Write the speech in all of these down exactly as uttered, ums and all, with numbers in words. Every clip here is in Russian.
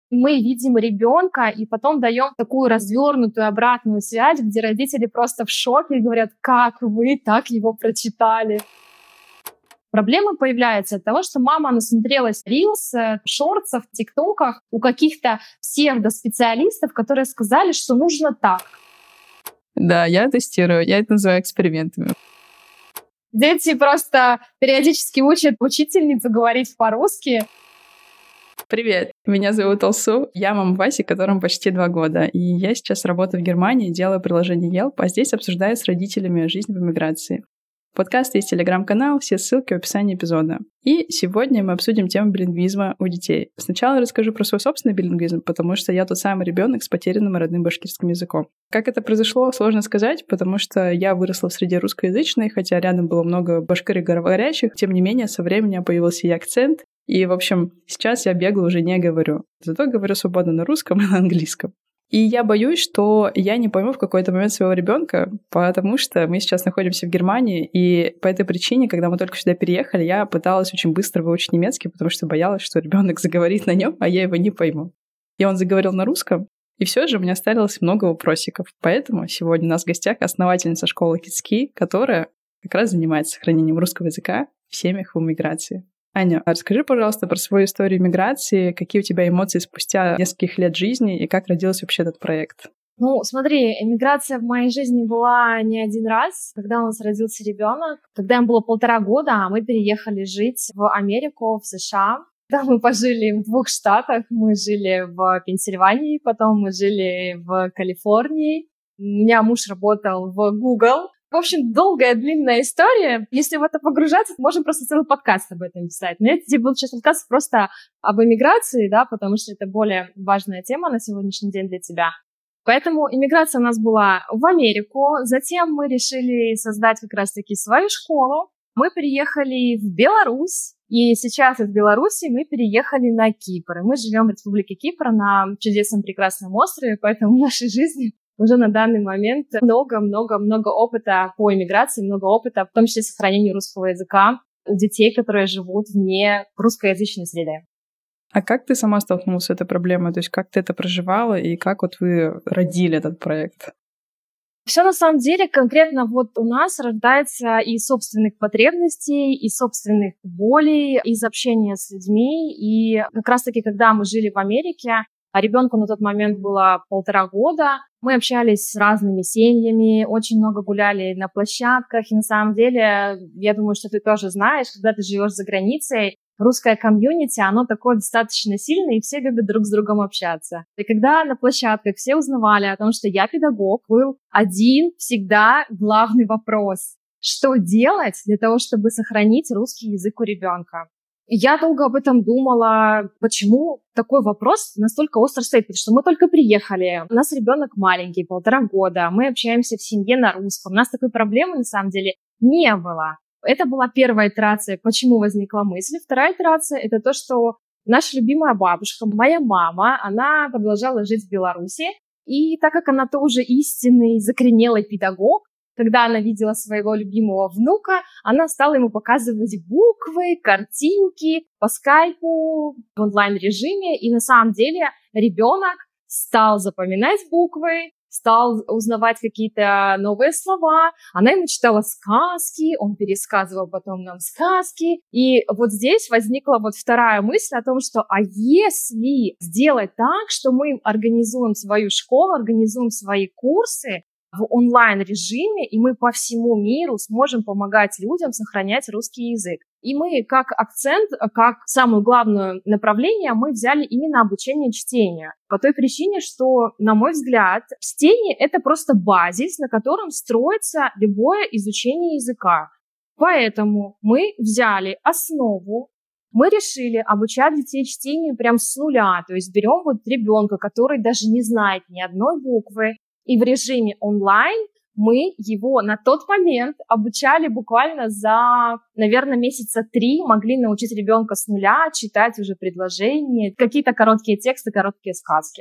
Мы видим ребенка и потом даем такую развернутую обратную связь, где родители просто в шоке и говорят: как вы так его прочитали? Проблема появляется от того, что мама насмотрелась рилс, шортсов, тиктоках у каких-то псевдоспециалистов, которые сказали, что нужно так. Да, я тестирую, я это называю экспериментами. Дети просто периодически учат учительницу говорить по-русски. Привет, меня зовут Алсу, я мама Васи, которому почти два года, и я сейчас работаю в Германии, делаю приложение Yelp, а здесь обсуждаю с родителями жизнь в эмиграции. В подкасте есть телеграм-канал, все ссылки в описании эпизода. И сегодня мы обсудим тему билингвизма у детей. Сначала расскажу про свой собственный билингвизм, потому что я тот самый ребенок с потерянным родным башкирским языком. Как это произошло, сложно сказать, потому что я выросла в среде русскоязычной, хотя рядом было много башкироговорящих, тем не менее со временем появился и акцент. И, в общем, сейчас я бегло уже не говорю. Зато говорю свободно на русском и на английском. И я боюсь, что я не пойму в какой-то момент своего ребенка, потому что мы сейчас находимся в Германии, и по этой причине, когда мы только сюда переехали, я пыталась очень быстро выучить немецкий, потому что боялась, что ребенок заговорит на нем, а я его не пойму. И он заговорил на русском, и все же у меня осталось много вопросиков. Поэтому сегодня у нас в гостях основательница школы Kids Key, которая как раз занимается сохранением русского языка в семьях в эмиграции. Аня, расскажи, пожалуйста, про свою историю миграции, какие у тебя эмоции спустя нескольких лет жизни и как родился вообще этот проект? Ну, смотри, эмиграция в моей жизни была не один раз. Когда у нас родился ребенок, когда им было полтора года, мы переехали жить в Америку, в США. Там мы пожили в двух штатах. Мы жили в Пенсильвании, потом мы жили в Калифорнии. У меня муж работал в Google. В общем, долгая, длинная история. Если в это погружаться, то можем просто целый подкаст об этом писать. Но я тебе буду сейчас рассказывать просто об эмиграции, да, потому что это более важная тема на сегодняшний день для тебя. Поэтому иммиграция у нас была в Америку. Затем мы решили создать как раз-таки свою школу. Мы переехали в Беларусь. И сейчас из Беларуси мы переехали на Кипр. И мы живем в Республике Кипр на чудесном прекрасном острове, поэтому в нашей жизни уже на данный момент много-много-много опыта по иммиграции, много опыта, в том числе сохранению русского языка у детей, которые живут вне русскоязычной среды. А как ты сама столкнулась с этой проблемой? То есть как ты это проживала и как вот вы родили этот проект? Все на самом деле конкретно вот у нас рождается из собственных потребностей, из собственных болей, из общения с людьми. И как раз-таки, когда мы жили в Америке, а ребенку на тот момент было полтора года, мы общались с разными семьями, очень много гуляли на площадках. И на самом деле, я думаю, что ты тоже знаешь, когда ты живешь за границей, русское комьюнити, оно такое достаточно сильное, и все любят друг с другом общаться. И когда на площадках все узнавали о том, что я педагог, был один всегда главный вопрос: что делать для того, чтобы сохранить русский язык у ребенка? Я долго об этом думала, почему такой вопрос настолько остро стоит, потому что мы только приехали, у нас ребенок маленький, полтора года, мы общаемся в семье на русском, у нас такой проблемы на самом деле не было. Это была первая итерация, почему возникла мысль. Вторая итерация — это то, что наша любимая бабушка, моя мама, она продолжала жить в Беларуси, и так как она тоже истинный, закоренелый педагог, когда она видела своего любимого внука, она стала ему показывать буквы, картинки по скайпу в онлайн-режиме. И на самом деле ребенок стал запоминать буквы, стал узнавать какие-то новые слова. Она ему читала сказки, он пересказывал потом нам сказки. И вот здесь возникла вот вторая мысль о том, что а если сделать так, что мы организуем свою школу, организуем свои курсы в онлайн-режиме, и мы по всему миру сможем помогать людям сохранять русский язык. И мы как акцент, как самое главное направление, мы взяли именно обучение чтению. По той причине, что, на мой взгляд, чтение — это просто базис, на котором строится любое изучение языка. Поэтому мы взяли основу, мы решили обучать детей чтению прям с нуля. То есть берем вот ребенка, который даже не знает ни одной буквы, и в режиме онлайн мы его на тот момент обучали буквально за, наверное, месяца три, могли научить ребенка с нуля читать уже предложения, какие-то короткие тексты, короткие сказки.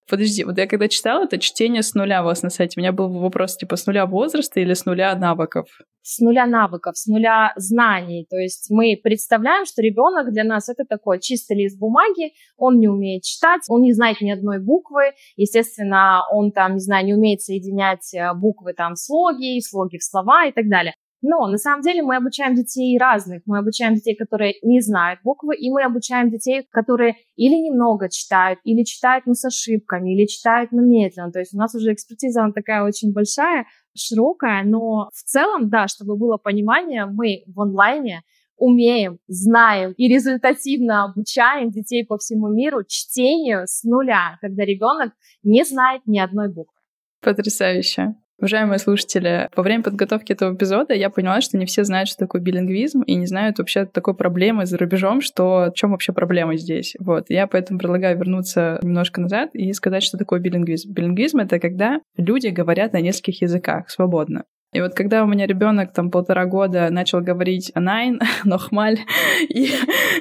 Подожди, вот я когда читала, это чтение с нуля у вас на сайте. У меня был вопрос, типа, с нуля возраста или с нуля навыков? С нуля навыков, с нуля знаний. То есть мы представляем, что ребенок для нас это такой чистый лист бумаги, он не умеет читать, он не знает ни одной буквы, естественно, он там, не знаю, не умеет соединять буквы там в слоги, слоги в слова и так далее. Но на самом деле мы обучаем детей разных. Мы обучаем детей, которые не знают буквы, и мы обучаем детей, которые или немного читают, или читают, но с ошибками, или читают, но медленно. То есть у нас уже экспертиза, она такая очень большая, широкая, но в целом, да, чтобы было понимание, мы в онлайне умеем, знаем и результативно обучаем детей по всему миру чтению с нуля, когда ребенок не знает ни одной буквы. Потрясающе. Уважаемые слушатели, во время подготовки этого эпизода я поняла, что не все знают, что такое билингвизм, и не знают вообще такой проблемы за рубежом, что в чем вообще проблема здесь. Вот. Я поэтому предлагаю вернуться немножко назад и сказать, что такое билингвизм. Билингвизм — это когда люди говорят на нескольких языках свободно. И вот когда у меня ребенок там полтора года начал говорить «найн», «нохмаль» и,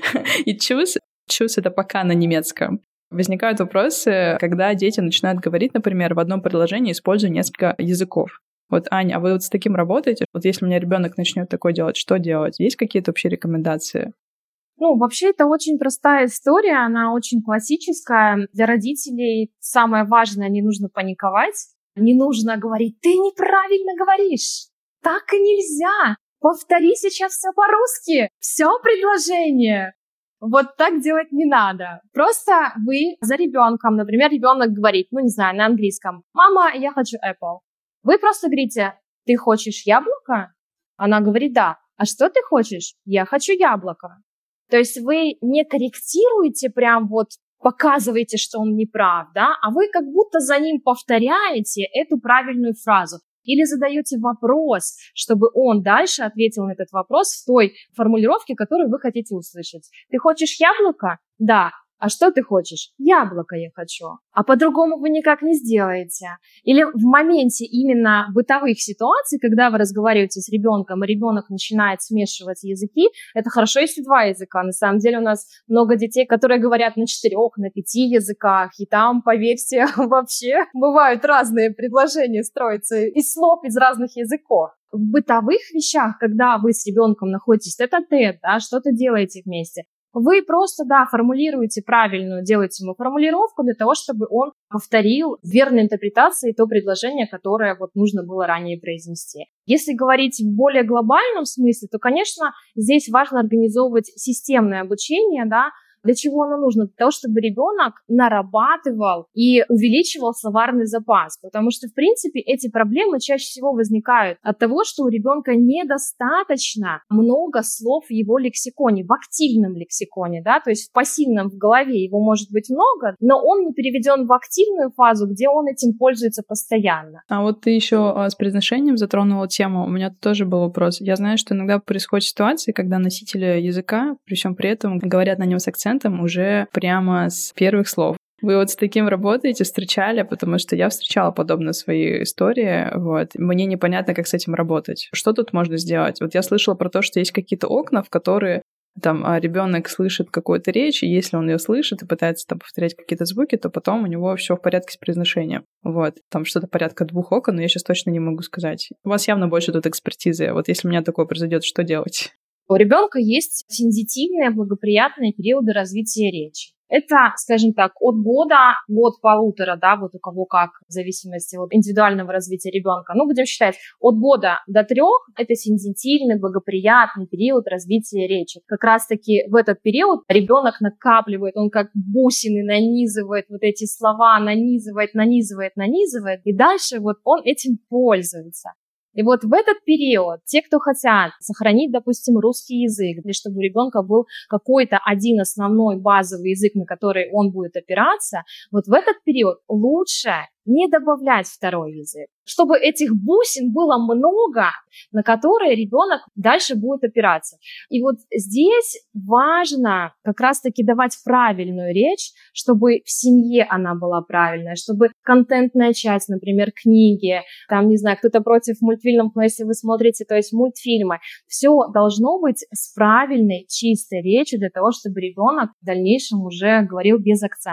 и «чус», «чус» — это «пока» на немецком, возникают вопросы, когда дети начинают говорить, например, в одном предложении, используя несколько языков. Вот, Аня, а вы вот с таким работаете? Вот если у меня ребенок начнет такое делать, что делать? Есть какие-то вообще рекомендации? Ну, вообще, это очень простая история, она очень классическая. Для родителей самое важное, не нужно паниковать, не нужно говорить: ты неправильно говоришь, так и нельзя, повтори сейчас все по-русски, все предложение. Вот так делать не надо. Просто вы за ребенком, например, ребенок говорит, ну не знаю, на английском: мама, я хочу apple. Вы просто говорите: ты хочешь яблоко? Она говорит: да. А что ты хочешь? Я хочу яблоко. То есть вы не корректируете, прям вот показываете, что он не прав, да, а вы как будто за ним повторяете эту правильную фразу. Или задаете вопрос, чтобы он дальше ответил на этот вопрос в той формулировке, которую вы хотите услышать. Ты хочешь яблоко? Да. А что ты хочешь? Яблоко я хочу. А по-другому вы никак не сделаете. Или в моменте именно бытовых ситуаций, когда вы разговариваете с ребенком, и ребенок начинает смешивать языки, это хорошо, если два языка. На самом деле у нас много детей, которые говорят на четырех, на пяти языках, и там, поверьте, вообще бывают разные предложения строятся из слов из разных языков. В бытовых вещах, когда вы с ребенком находитесь тет-а-тет, да, что-то делаете вместе, вы просто, да, формулируете правильную, делаете ему формулировку для того, чтобы он повторил в верной интерпретации то предложение, которое вот нужно было ранее произнести. Если говорить в более глобальном смысле, то, конечно, здесь важно организовывать системное обучение, да. Для чего оно нужно? Для того, чтобы ребенок нарабатывал и увеличивал словарный запас. Потому что, в принципе, эти проблемы чаще всего возникают от того, что у ребенка недостаточно много слов в его лексиконе, в активном лексиконе, да, то есть в пассивном в голове его может быть много, но он не переведен в активную фазу, где он этим пользуется постоянно. А вот ты еще с произношением затронула тему. У меня тоже был вопрос. Я знаю, что иногда происходят ситуации, когда носители языка, при всем при этом, говорят на нем с акцентом уже прямо с первых слов. Вы вот с таким работаете, встречали, потому что я встречала подобные свои истории, вот. Мне непонятно, как с этим работать. Что тут можно сделать? Вот я слышала про то, что есть какие-то окна, в которые там ребенок слышит какую-то речь, и если он ее слышит и пытается там повторять какие-то звуки, то потом у него все в порядке с произношением. Вот. Там что-то порядка двух окон, но я сейчас точно не могу сказать. У вас явно больше тут экспертизы. Вот если у меня такое произойдет, что делать? У ребенка есть сензитивные, благоприятные периоды развития речи. Это, скажем так, от года, год-полутора, да, вот у кого как, в зависимости от индивидуального развития ребенка. Ну, будем считать, от года до трех это сензитивный, благоприятный период развития речи. Как раз-таки в этот период ребенок накапливает, он как бусины нанизывает вот эти слова, нанизывает, нанизывает, нанизывает, и дальше вот он этим пользуется. И вот в этот период те, кто хотят сохранить, допустим, русский язык, или чтобы у ребенка был какой-то один основной базовый язык, на который он будет опираться, вот в этот период лучше не добавлять второй язык, чтобы этих бусин было много, на которые ребенок дальше будет опираться. И вот здесь важно как раз-таки давать правильную речь, чтобы в семье она была правильная, чтобы контентная часть, например, книги, там, не знаю, кто-то против мультфильмов, но если вы смотрите, то есть мультфильмы, все должно быть с правильной, чистой речью для того, чтобы ребенок в дальнейшем уже говорил без акцента.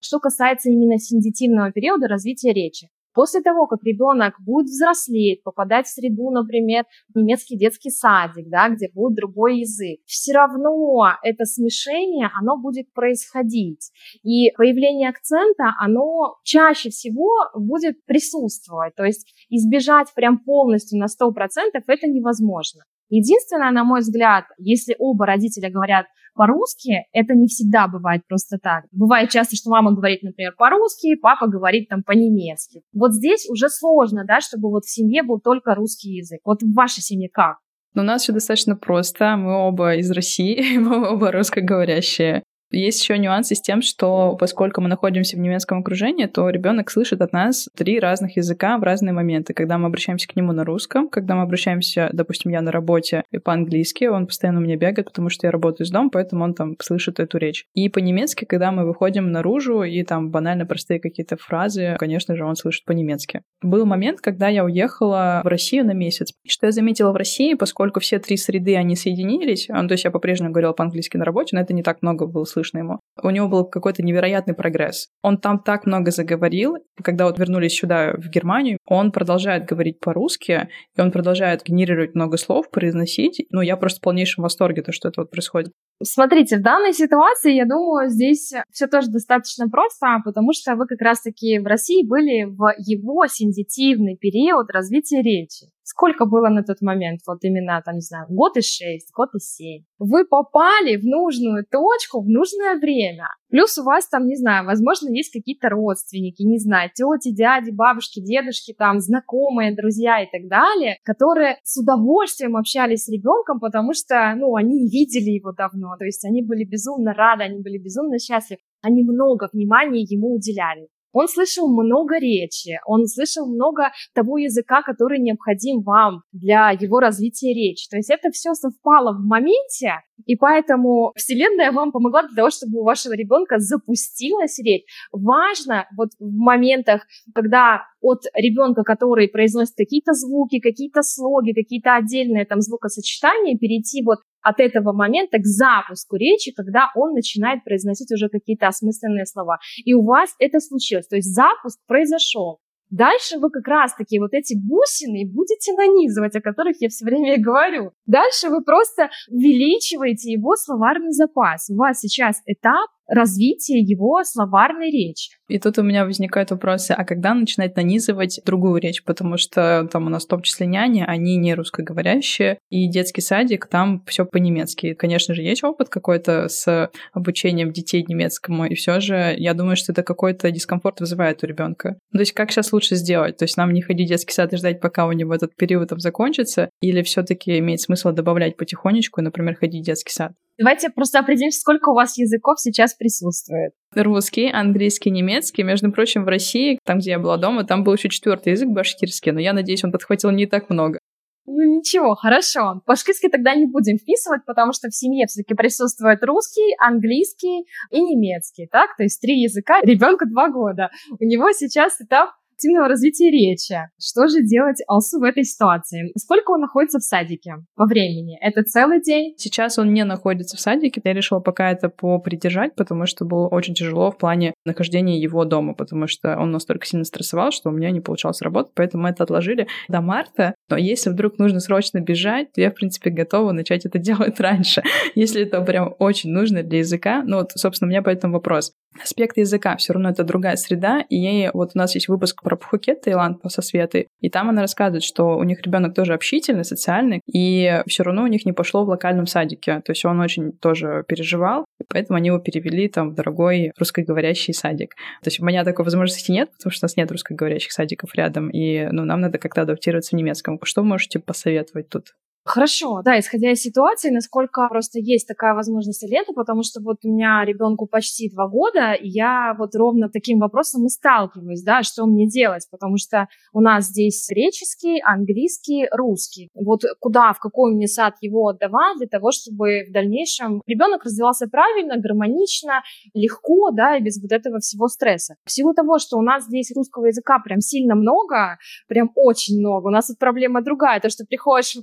Что касается именно сензитивного периода развития речи. После того, как ребенок будет взрослеть, попадать в среду, например, в немецкий детский садик, да, где будет другой язык, все равно это смешение, оно будет происходить. И появление акцента, оно чаще всего будет присутствовать. То есть избежать прям полностью на сто процентов это невозможно. Единственное, на мой взгляд, если оба родителя говорят по-русски, это не всегда бывает просто так. Бывает часто, что мама говорит, например, по-русски, папа говорит там по-немецки. Вот здесь уже сложно, да, чтобы вот в семье был только русский язык. Вот в вашей семье как? Но у нас все достаточно просто. Мы оба из России, мы оба русскоговорящие. Есть еще нюансы с тем, что поскольку мы находимся в немецком окружении, то ребенок слышит от нас три разных языка в разные моменты. Когда мы обращаемся к нему на русском, когда мы обращаемся, допустим, я на работе и по-английски, он постоянно у меня бегает, потому что я работаю из дома, поэтому он там слышит эту речь. И по-немецки, когда мы выходим наружу и там банально простые какие-то фразы, конечно же, он слышит по-немецки. Был момент, когда я уехала в Россию на месяц. Что я заметила в России, поскольку все три среды, они соединились, он, то есть я по-прежнему говорила по-английски на работе, но это не так много было слышно ему. У него был какой-то невероятный прогресс. Он там так много заговорил. Когда вот вернулись сюда, в Германию, он продолжает говорить по-русски, и он продолжает генерировать много слов, произносить. Ну, я просто в полнейшем восторге, то, что это вот происходит. Смотрите, в данной ситуации, я думаю, здесь все тоже достаточно просто, потому что вы как раз-таки в России были в его сензитивный период развития речи. Сколько было на тот момент? Вот именно, там, не знаю, год и шесть, год и семь. Вы попали в нужную точку в нужное время. Плюс у вас там, не знаю, возможно, есть какие-то родственники, не знаю, тети, дяди, бабушки, дедушки, там, знакомые, друзья и так далее, которые с удовольствием общались с ребенком, потому что, ну, они видели его давно, то есть они были безумно рады, они были безумно счастливы, они много внимания ему уделяли. Он слышал много речи, он слышал много того языка, который необходим вам для его развития речи. То есть это все совпало в моменте, и поэтому Вселенная вам помогла для того, чтобы у вашего ребенка запустилась речь. Важно вот в моментах, когда от ребенка, который произносит какие-то звуки, какие-то слоги, какие-то отдельные там звукосочетания, перейти вот от этого момента к запуску речи, когда он начинает произносить уже какие-то осмысленные слова. И у вас это случилось, то есть запуск произошел. Дальше вы как раз-таки вот эти бусины будете нанизывать, о которых я все время говорю. Дальше вы просто увеличиваете его словарный запас. У вас сейчас этап развития его словарной речи. И тут у меня возникают вопросы, а когда начинать нанизывать другую речь? Потому что там у нас в том числе няни, они не русскоговорящие, и детский садик, там все по-немецки. Конечно же, есть опыт какой-то с обучением детей немецкому, и все же я думаю, что это какой-то дискомфорт вызывает у ребенка. То есть как сейчас лучше сделать? То есть нам не ходить в детский сад и ждать, пока у него этот период там закончится, или все-таки имеет смысл добавлять потихонечку, например, ходить в детский сад? Давайте просто определим, сколько у вас языков сейчас присутствует. Русский, английский, немецкий. Между прочим, в России, там, где я была дома, там был еще четвертый язык башкирский, но я надеюсь, он подхватил не так много. Ну ничего, хорошо. Башкирский тогда не будем вписывать, потому что в семье все-таки присутствует русский, английский и немецкий, так? То есть три языка, ребенку два года. У него сейчас этап активного развития речи. Что же делать Алсу в этой ситуации? Сколько он находится в садике по времени? Это целый день? Сейчас он не находится в садике. Я решила пока это попридержать, потому что было очень тяжело в плане нахождения его дома, потому что он настолько сильно стрессовал, что у меня не получалось работать, поэтому мы это отложили до марта. Но если вдруг нужно срочно бежать, то я, в принципе, готова начать это делать раньше, если это прям очень нужно для языка. Ну вот, собственно, у меня поэтому вопрос. Аспект языка, все равно это другая среда, и вот у нас есть выпуск про Пхукет, Таиланд, со Светой, и там она рассказывает, что у них ребенок тоже общительный, социальный, и все равно у них не пошло в локальном садике, то есть он очень тоже переживал, и поэтому они его перевели там в дорогой русскоговорящий садик. То есть у меня такой возможности нет, потому что у нас нет русскоговорящих садиков рядом, и ну, нам надо как-то адаптироваться в немецком. Что вы можете посоветовать тут? Хорошо, да, исходя из ситуации, насколько просто есть такая возможность лета, потому что вот у меня ребенку почти два года, и я вот ровно таким вопросом и сталкиваюсь, да, что мне делать, потому что у нас здесь греческий, английский, русский. Вот куда, в какой мне сад его отдавать для того, чтобы в дальнейшем ребенок развивался правильно, гармонично, легко, да, и без вот этого всего стресса. В силу того, что у нас здесь русского языка прям сильно много, прям очень много, у нас тут проблема другая, то, что приходишь в магазин,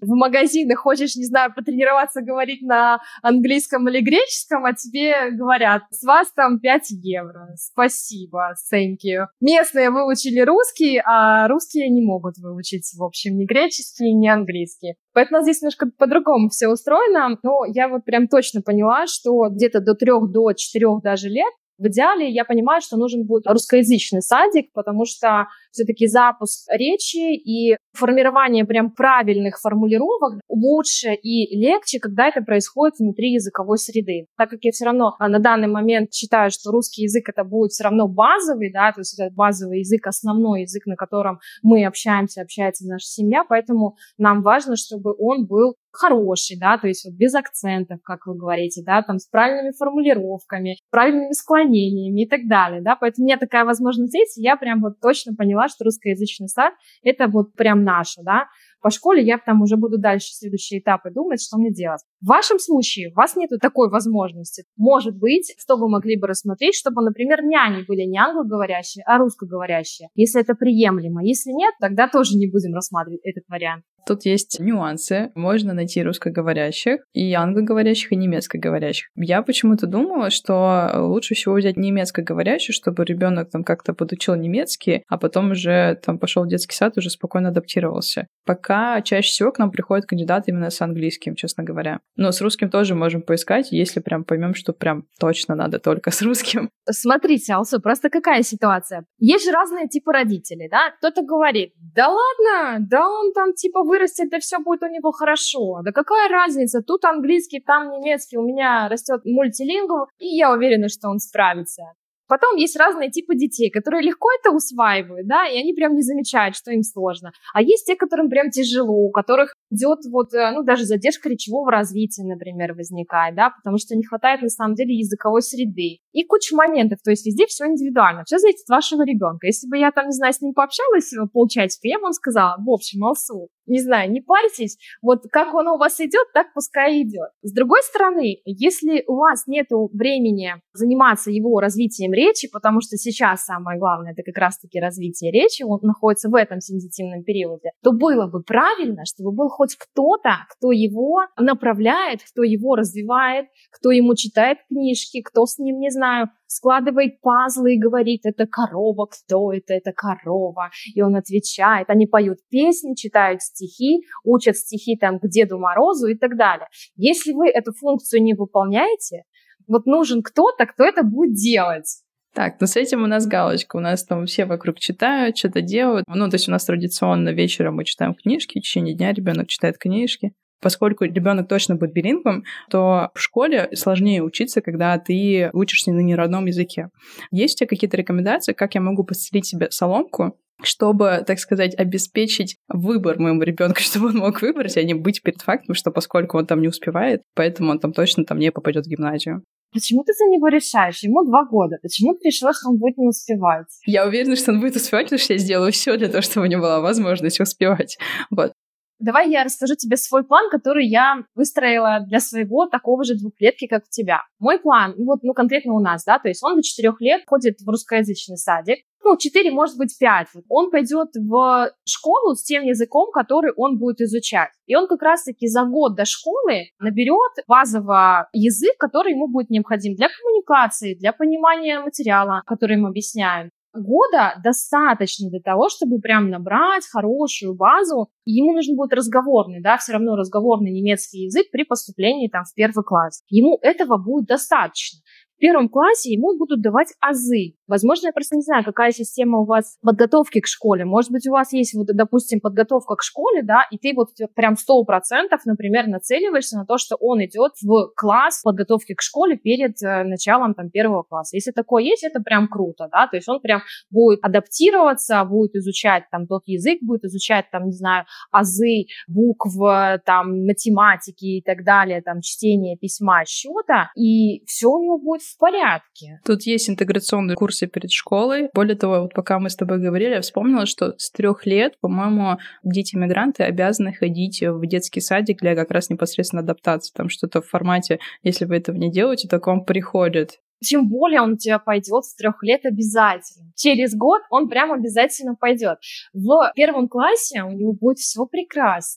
магазин и хочешь, не знаю, потренироваться говорить на английском или греческом, а тебе говорят, с вас там пять евро, спасибо, thank you. Местные выучили русский, а русские не могут выучить, в общем, ни греческий, ни английский. Поэтому здесь немножко по-другому все устроено, но я вот прям точно поняла, что где-то до трех, до четырех даже лет в идеале я понимаю, что нужен будет русскоязычный садик, потому что все-таки запуск речи и формирование прям правильных формулировок лучше и легче, когда это происходит внутри языковой среды. Так как я все равно на данный момент считаю, что русский язык это будет все равно базовый, да, то есть это базовый язык, основной язык, на котором мы общаемся, общается наша семья, поэтому нам важно, чтобы он был хороший, да, то есть вот без акцентов, как вы говорите, да, там с правильными формулировками, правильными склонениями и так далее, да, поэтому у меня такая возможность есть, и я прям вот точно поняла, что русскоязычный сад — это вот прям наше, да. По школе я там уже буду дальше следующие этапы думать, что мне делать. В вашем случае у вас нет такой возможности. Может быть, что вы могли бы рассмотреть, чтобы, например, няни были не англоговорящие, а русскоговорящие, если это приемлемо. Если нет, тогда тоже не будем рассматривать этот вариант. Тут есть нюансы. Можно найти русскоговорящих и англоговорящих, и немецкоговорящих. Я почему-то думала, что лучше всего взять немецкоговорящих, чтобы ребенок там как-то подучил немецкий, а потом уже там пошел в детский сад, уже спокойно адаптировался. Пока чаще всего к нам приходят кандидаты именно с английским, честно говоря. Но с русским тоже можем поискать, если прям поймем, что прям точно надо только с русским. Смотрите, Алсу, просто какая ситуация? Есть же разные типы родителей, да? Кто-то говорит, да ладно, да он там типа вырастет, да все будет у него хорошо. Да какая разница? Тут английский, там немецкий, у меня растет мультилингва, и я уверена, что он справится. Потом есть разные типы детей, которые легко это усваивают, да, и они прям не замечают, что им сложно. А есть те, которым прям тяжело, у которых идет вот, ну, даже задержка речевого развития, например, возникает, да, потому что не хватает, на самом деле, языковой среды. И куча моментов, то есть везде все индивидуально, все зависит от вашего ребенка. Если бы я там, не знаю, с ним пообщалась полчасика, я бы вам сказала, в общем, Алсу, не знаю, не парьтесь, вот как он у вас идет, так пускай и идет. С другой стороны, если у вас нет времени заниматься его развитием речи, потому что сейчас самое главное, это как раз-таки развитие речи, он находится в этом сензитивном периоде, то было бы правильно, чтобы был хоть кто-то, кто его направляет, кто его развивает, кто ему читает книжки, кто с ним, не знаю, складывает пазлы и говорит, это корова, кто это, это корова, и он отвечает, они поют песни, читают стихи, учат стихи там к Деду Морозу и так далее. Если вы эту функцию не выполняете, вот нужен кто-то, кто это будет делать. Так, ну с этим у нас галочка. У нас там все вокруг читают, что-то делают. Ну, то есть у нас традиционно вечером мы читаем книжки, в течение дня ребенок читает книжки. Поскольку ребенок точно будет билингвом, то в школе сложнее учиться, когда ты учишься на неродном языке. Есть у тебя какие-то рекомендации, как я могу постелить себе соломку, чтобы, так сказать, обеспечить выбор моему ребенку, чтобы он мог выбрать, а не быть перед фактом, что поскольку он там не успевает, поэтому он там точно там не попадет в гимназию. Почему ты за него решаешь? Ему два года. Почему ты решила, что он будет не успевать? Я уверена, что он будет успевать, потому что я сделаю все для того, чтобы у него была возможность успевать. Вот. Давай я расскажу тебе свой план, который я выстроила для своего такого же двухлетки, как у тебя. Мой план, вот, ну, конкретно у нас, да, то есть он до четырех лет ходит в русскоязычный садик, ну, четыре, может быть, пять. Он пойдет в школу с тем языком, который он будет изучать. И он как раз-таки за год до школы наберет базовый язык, который ему будет необходим для коммуникации, для понимания материала, который им объясняют. Года достаточно для того, чтобы прям набрать хорошую базу. И ему нужен будет разговорный, да, все равно разговорный немецкий язык при поступлении там в первый класс. Ему этого будет достаточно. В первом классе ему будут давать азы. Возможно, я просто не знаю, какая система у вас подготовки к школе. Может быть, у вас есть, вот, допустим, подготовка к школе, да, и ты вот прям сто процентов, например, нацеливаешься на то, что он идет в класс подготовки к школе перед э, началом там первого класса. Если такое есть, это прям круто, да, то есть он прям будет адаптироваться, будет изучать там тот язык, будет изучать там, не знаю, азы, букв, там, математики и так далее, там, чтение, письма, счета, и все у него будет в порядке. Тут есть интеграционные курсы перед школой. Более того, вот пока мы с тобой говорили, я вспомнила, что с трех лет, по-моему, дети-мигранты обязаны ходить в детский садик для как раз непосредственно адаптации. Там что-то в формате, если вы этого не делаете, то к вам приходит. Тем более он у тебя пойдет с трех лет обязательно. Через год он прям обязательно пойдет. В первом классе у него будет все прекрасно.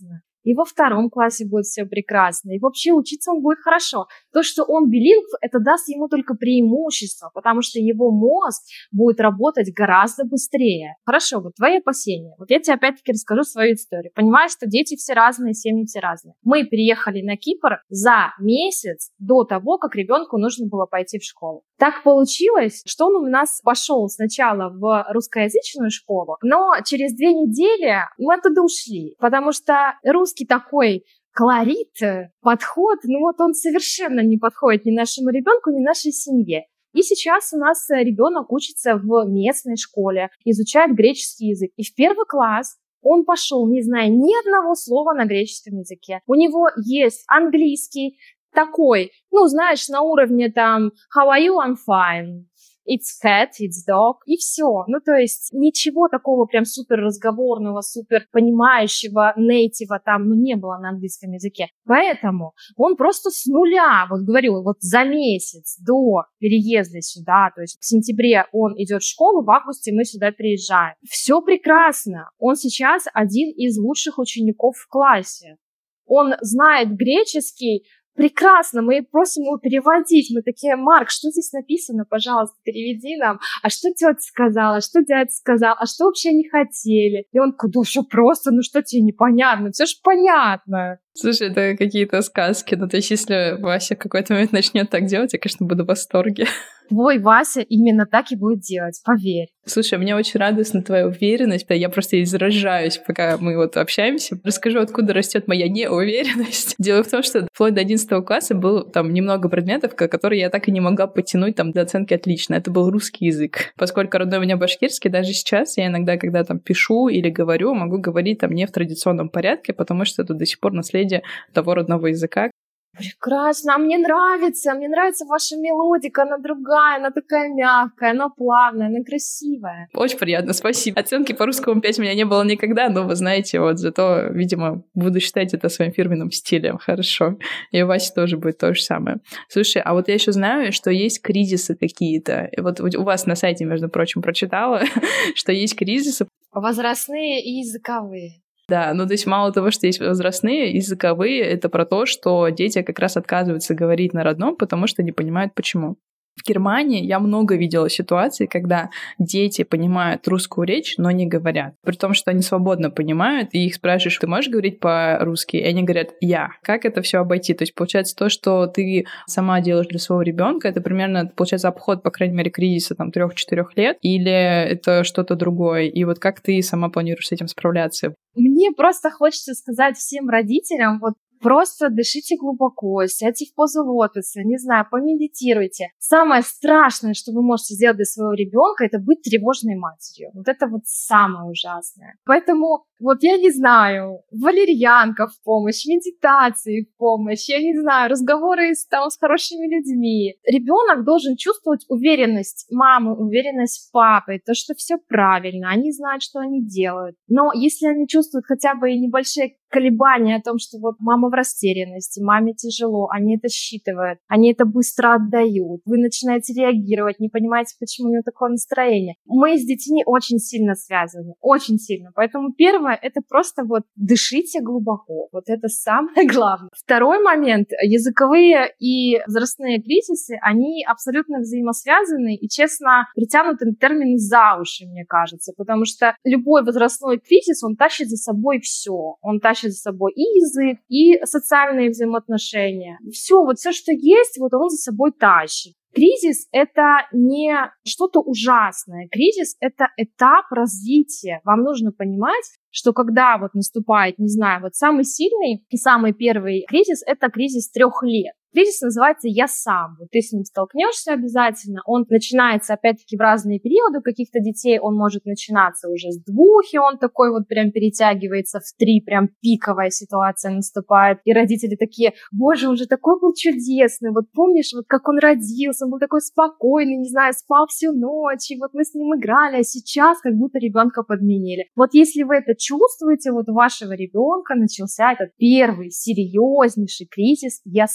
и во втором классе будет все прекрасно, и вообще учиться он будет хорошо. То, что он билингв, это даст ему только преимущество, потому что его мозг будет работать гораздо быстрее. Хорошо, вот твои опасения. Вот я тебе опять-таки расскажу свою историю. Понимаешь, что дети все разные, семьи все разные. Мы переехали на Кипр за месяц до того, как ребенку нужно было пойти в школу. Так получилось, что он у нас пошел сначала в русскоязычную школу, но через две недели мы оттуда ушли, потому что русский такой колорит, подход, ну вот он совершенно не подходит ни нашему ребенку, ни нашей семье. И сейчас у нас ребенок учится в местной школе, изучает греческий язык. И в первый класс он пошел, не зная ни одного слова на греческом языке. У него есть английский, такой, ну, знаешь, на уровне там how are you, I'm fine, it's cat, it's dog, и все. Ну, то есть ничего такого прям супер разговорного, супер понимающего, нейтива там, ну, не было на английском языке. Поэтому он просто с нуля, вот говорю, вот за месяц до переезда сюда, то есть в сентябре он идет в школу, в августе мы сюда приезжаем. Все прекрасно. Он сейчас один из лучших учеников в классе. Он знает греческий прекрасно, мы просим его переводить. Мы такие: Марк, что здесь написано, пожалуйста, переведи нам. А что тетя сказала, что дядя сказал, а что вообще не хотели? И он: да что просто, ну что тебе непонятно? Все же понятно. Слушай, это какие-то сказки. Ну, то есть, если Вася в какой-то момент начнет так делать, я, конечно, буду в восторге. Твой Вася именно так и будет делать, поверь. Слушай, мне очень радостна твоя уверенность. Я просто изражаюсь, пока мы вот общаемся. Расскажу, откуда растет моя неуверенность. Дело в том, что вплоть до одиннадцатого класса было там немного предметов, которые я так и не могла подтянуть там до оценки отлично. Это был русский язык. Поскольку родной у меня башкирский, даже сейчас я иногда, когда там пишу или говорю, могу говорить там не в традиционном порядке, потому что это до сих пор наследие того родного языка. Прекрасно, а мне нравится, мне нравится ваша мелодика, она другая, она такая мягкая, она плавная, она красивая. Очень приятно, спасибо. Оценки по русскому пять у меня не было никогда, но вы знаете, вот зато, видимо, буду считать это своим фирменным стилем, хорошо. И у Васи тоже будет то же самое. Слушай, а вот я еще знаю, что есть кризисы какие-то. И вот у вас на сайте, между прочим, прочитала, что есть кризисы. Возрастные и языковые. Да, ну то есть мало того, что есть возрастные, языковые, это про то, что дети как раз отказываются говорить на родном, потому что не понимают, почему. В Германии я много видела ситуаций, когда дети понимают русскую речь, но не говорят. При том, что они свободно понимают, и их спрашиваешь: ты можешь говорить по-русски? И они говорят: я. Как это все обойти? То есть получается то, что ты сама делаешь для своего ребенка, это примерно, получается, обход, по крайней мере, кризиса там трех-четырех лет, или это что-то другое? И вот как ты сама планируешь с этим справляться? Мне просто хочется сказать всем родителям, вот просто дышите глубоко, сядьте в позу лотоса, не знаю, помедитируйте. Самое страшное, что вы можете сделать для своего ребенка, это быть тревожной матерью. Вот это вот самое ужасное. Поэтому вот я не знаю, валерьянка в помощь, медитации в помощь, я не знаю, разговоры с, там, с хорошими людьми. Ребенок должен чувствовать уверенность мамы, уверенность папы, то, что все правильно, они знают, что они делают. Но если они чувствуют хотя бы и небольшие колебания о том, что вот мама в растерянности, маме тяжело, они это считывают, они это быстро отдают, вы начинаете реагировать, не понимаете, почему у него такое настроение. Мы с детьми очень сильно связаны, очень сильно. Поэтому первое, это просто вот дышите глубоко, вот это самое главное. Второй момент, языковые и возрастные кризисы, они абсолютно взаимосвязаны и, честно, притянуты термины за уши, мне кажется, потому что любой возрастной кризис, он тащит за собой все, он тащит за собой и язык, и социальные взаимоотношения. Все, вот все, что есть, вот он за собой тащит. Кризис — это не что-то ужасное. Кризис — это этап развития. Вам нужно понимать, что когда вот наступает, не знаю, вот самый сильный и самый первый кризис — это кризис трех лет. Кризис называется «я сам». Вот ты с ним столкнешься обязательно. Он начинается, опять-таки, в разные периоды. У каких-то детей он может начинаться уже с двух, и он такой вот прям перетягивается в три, прям пиковая ситуация наступает. И родители такие: боже, он же такой был чудесный. Вот помнишь, вот как он родился, он был такой спокойный, не знаю, спал всю ночь, и вот мы с ним играли, а сейчас как будто ребенка подменили. Вот если вы это чувствуете, вот у вашего ребенка начался этот первый серьезнейший кризис «я сам».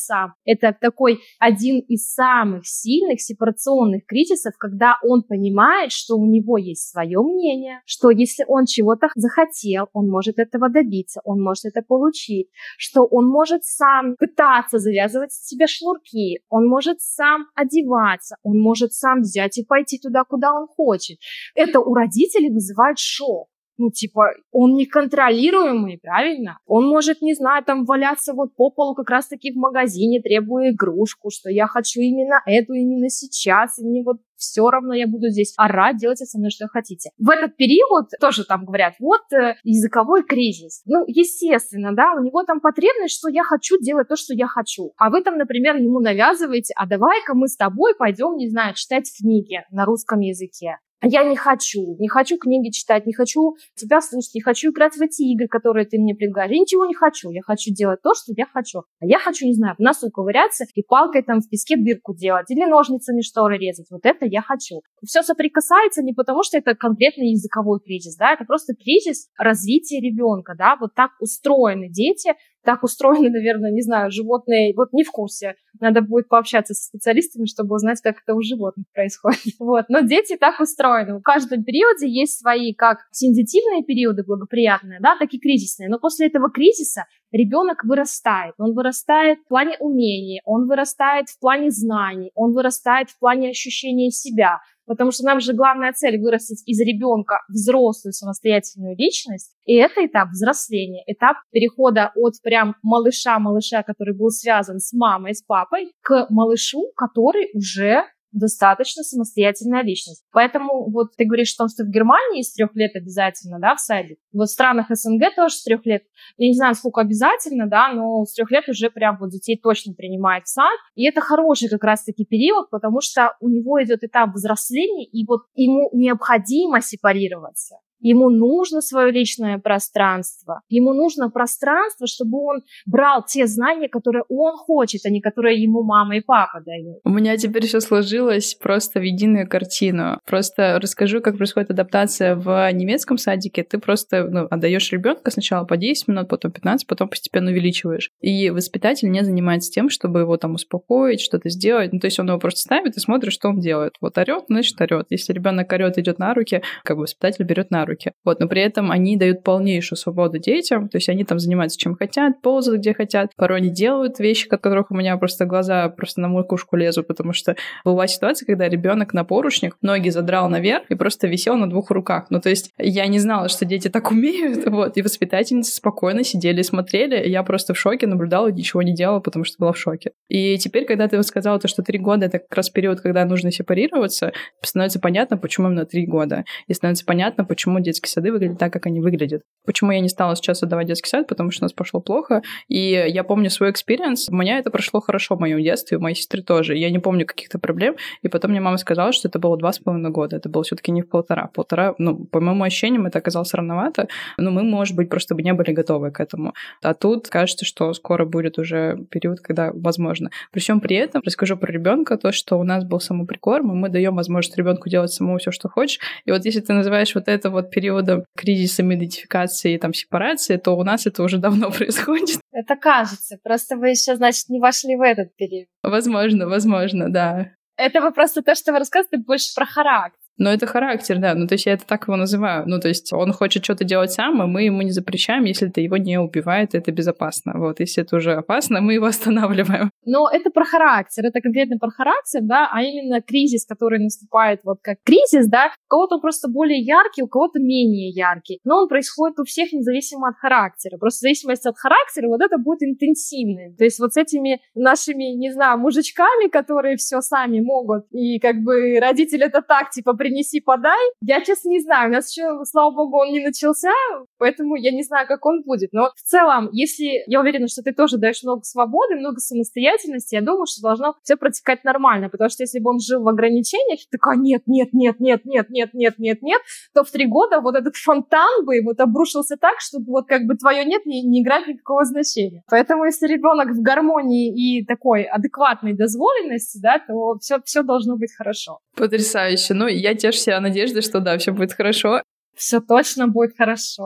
Это такой один из самых сильных сепарационных кризисов, когда он понимает, что у него есть свое мнение, что если он чего-то захотел, он может этого добиться, он может это получить, что он может сам пытаться завязывать себе шнурки, он может сам одеваться, он может сам взять и пойти туда, куда он хочет. Это у родителей вызывает шок. Ну, типа, он неконтролируемый, правильно? Он может, не знаю, там валяться вот по полу как раз-таки в магазине, требуя игрушку, что я хочу именно эту, именно сейчас, и мне вот все равно я буду здесь орать, делайте со мной, что хотите. В этот период тоже там говорят, вот э, языковой кризис. Ну, естественно, да, у него там потребность, что я хочу делать то, что я хочу. А вы там, например, ему навязываете, а давай-ка мы с тобой пойдем, не знаю, читать книги на русском языке. Я не хочу, не хочу книги читать, не хочу тебя слушать, не хочу играть в эти игры, которые ты мне предлагаешь. Я ничего не хочу, я хочу делать то, что я хочу. А я хочу, не знаю, в носу ковыряться и палкой там в песке дырку делать или ножницами шторы резать. Вот это я хочу. Все соприкасается не потому, что это конкретный языковой кризис, да, это просто кризис развития ребенка, да, вот так устроены дети, так устроены, наверное, не знаю, животные, вот не в курсе. Надо будет пообщаться со специалистами, чтобы узнать, как это у животных происходит. Вот. Но дети так устроены. В каждом периоде есть свои как сензитивные периоды благоприятные, да, так и кризисные. Но после этого кризиса ребенок вырастает. Он вырастает в плане умений, он вырастает в плане знаний, он вырастает в плане ощущения себя. Потому что нам же главная цель вырастить из ребенка взрослую самостоятельную личность. И это этап взросления, этап перехода от прям малыша-малыша, который был связан с мамой, с папой, к малышу, который уже достаточно самостоятельная личность. Поэтому вот ты говоришь, что в Германии с трех лет обязательно, да, в садик. Вот в странах СНГ тоже с трех лет. Я не знаю, сколько обязательно, да, но с трех лет уже прям вот детей точно принимают в сад. И это хороший как раз-таки период, потому что у него идет этап взросления, и вот ему необходимо сепарироваться. Ему нужно свое личное пространство. Ему нужно пространство, чтобы он брал те знания, которые он хочет, а не которые ему мама и папа дают. У меня теперь все сложилось просто в единую картину. Просто расскажу, как происходит адаптация в немецком садике. Ты просто ну, отдаешь ребенка сначала по десять минут, потом пятнадцать, потом постепенно увеличиваешь. И воспитатель не занимается тем, чтобы его там успокоить, что-то сделать. Ну, то есть он его просто ставит и смотрит, что он делает. Вот орет, значит орет. Если ребенок орет, идет на руки, как бы воспитатель берет на руки. Вот, но при этом они дают полнейшую свободу детям, то есть они там занимаются чем хотят, ползают где хотят, порой они делают вещи, от которых у меня просто глаза просто на макушку лезут, потому что была ситуация, когда ребенок на поручнях ноги задрал наверх и просто висел на двух руках. Ну, то есть я не знала, что дети так умеют, вот, и воспитательницы спокойно сидели и смотрели, и я просто в шоке наблюдала, ничего не делала, потому что была в шоке. И теперь, когда ты сказала то, что три года — это как раз период, когда нужно сепарироваться, становится понятно, почему именно три года, и становится понятно, почему детские сады выглядят так, как они выглядят. Почему я не стала сейчас отдавать детский сад? Потому что у нас пошло плохо, и я помню свой экспириенс. У меня это прошло хорошо в моем детстве, у моей сестры тоже. Я не помню каких-то проблем, и потом мне мама сказала, что это было два с половиной года. Это было все-таки не в полтора. Полтора, ну, по моим ощущениям, это оказалось рановато, но мы, может быть, просто бы не были готовы к этому. А тут кажется, что скоро будет уже период, когда возможно. Причем при этом расскажу про ребенка, то, что у нас был самоприкорм, и мы даем возможность ребенку делать самому все, что хочешь. И вот если ты называешь вот это вот периодом кризиса идентификации и там сепарации, то у нас это уже давно происходит. Это кажется. Просто вы еще, значит, не вошли в этот период. Возможно, возможно, да. Это вы просто то, что вы рассказываете, больше про характер. Но это характер, да. Ну, то есть я это так его называю. Ну, то есть он хочет что-то делать сам, и мы ему не запрещаем, если это его не убивает, это безопасно. Вот, если это уже опасно, мы его останавливаем. Но это про характер, это конкретно про характер, да, а именно кризис, который наступает вот как кризис, да, у кого-то он просто более яркий, у кого-то менее яркий. Но он происходит у всех независимо от характера. Просто в зависимости от характера вот это будет интенсивным. То есть вот с этими нашими, не знаю, мужичками, которые все сами могут, и как бы родители это так, типа, принеси, подай. Я, честно, не знаю. У нас еще, слава богу, он не начался, поэтому я не знаю, как он будет. Но в целом, если я уверена, что ты тоже даешь много свободы, много самостоятельности, я думаю, что должно все протекать нормально. Потому что если бы он жил в ограничениях, и такой, нет, нет, нет, нет, нет, нет, нет, нет, нет, то в три года вот этот фонтан бы вот обрушился так, чтобы вот как бы твое нет не, не играет никакого значения. Поэтому если ребенок в гармонии и такой адекватной дозволенности, да, то все, все должно быть хорошо. Потрясающе. Ну, я тешу себя надеждой, что да, все будет хорошо. Все точно будет хорошо.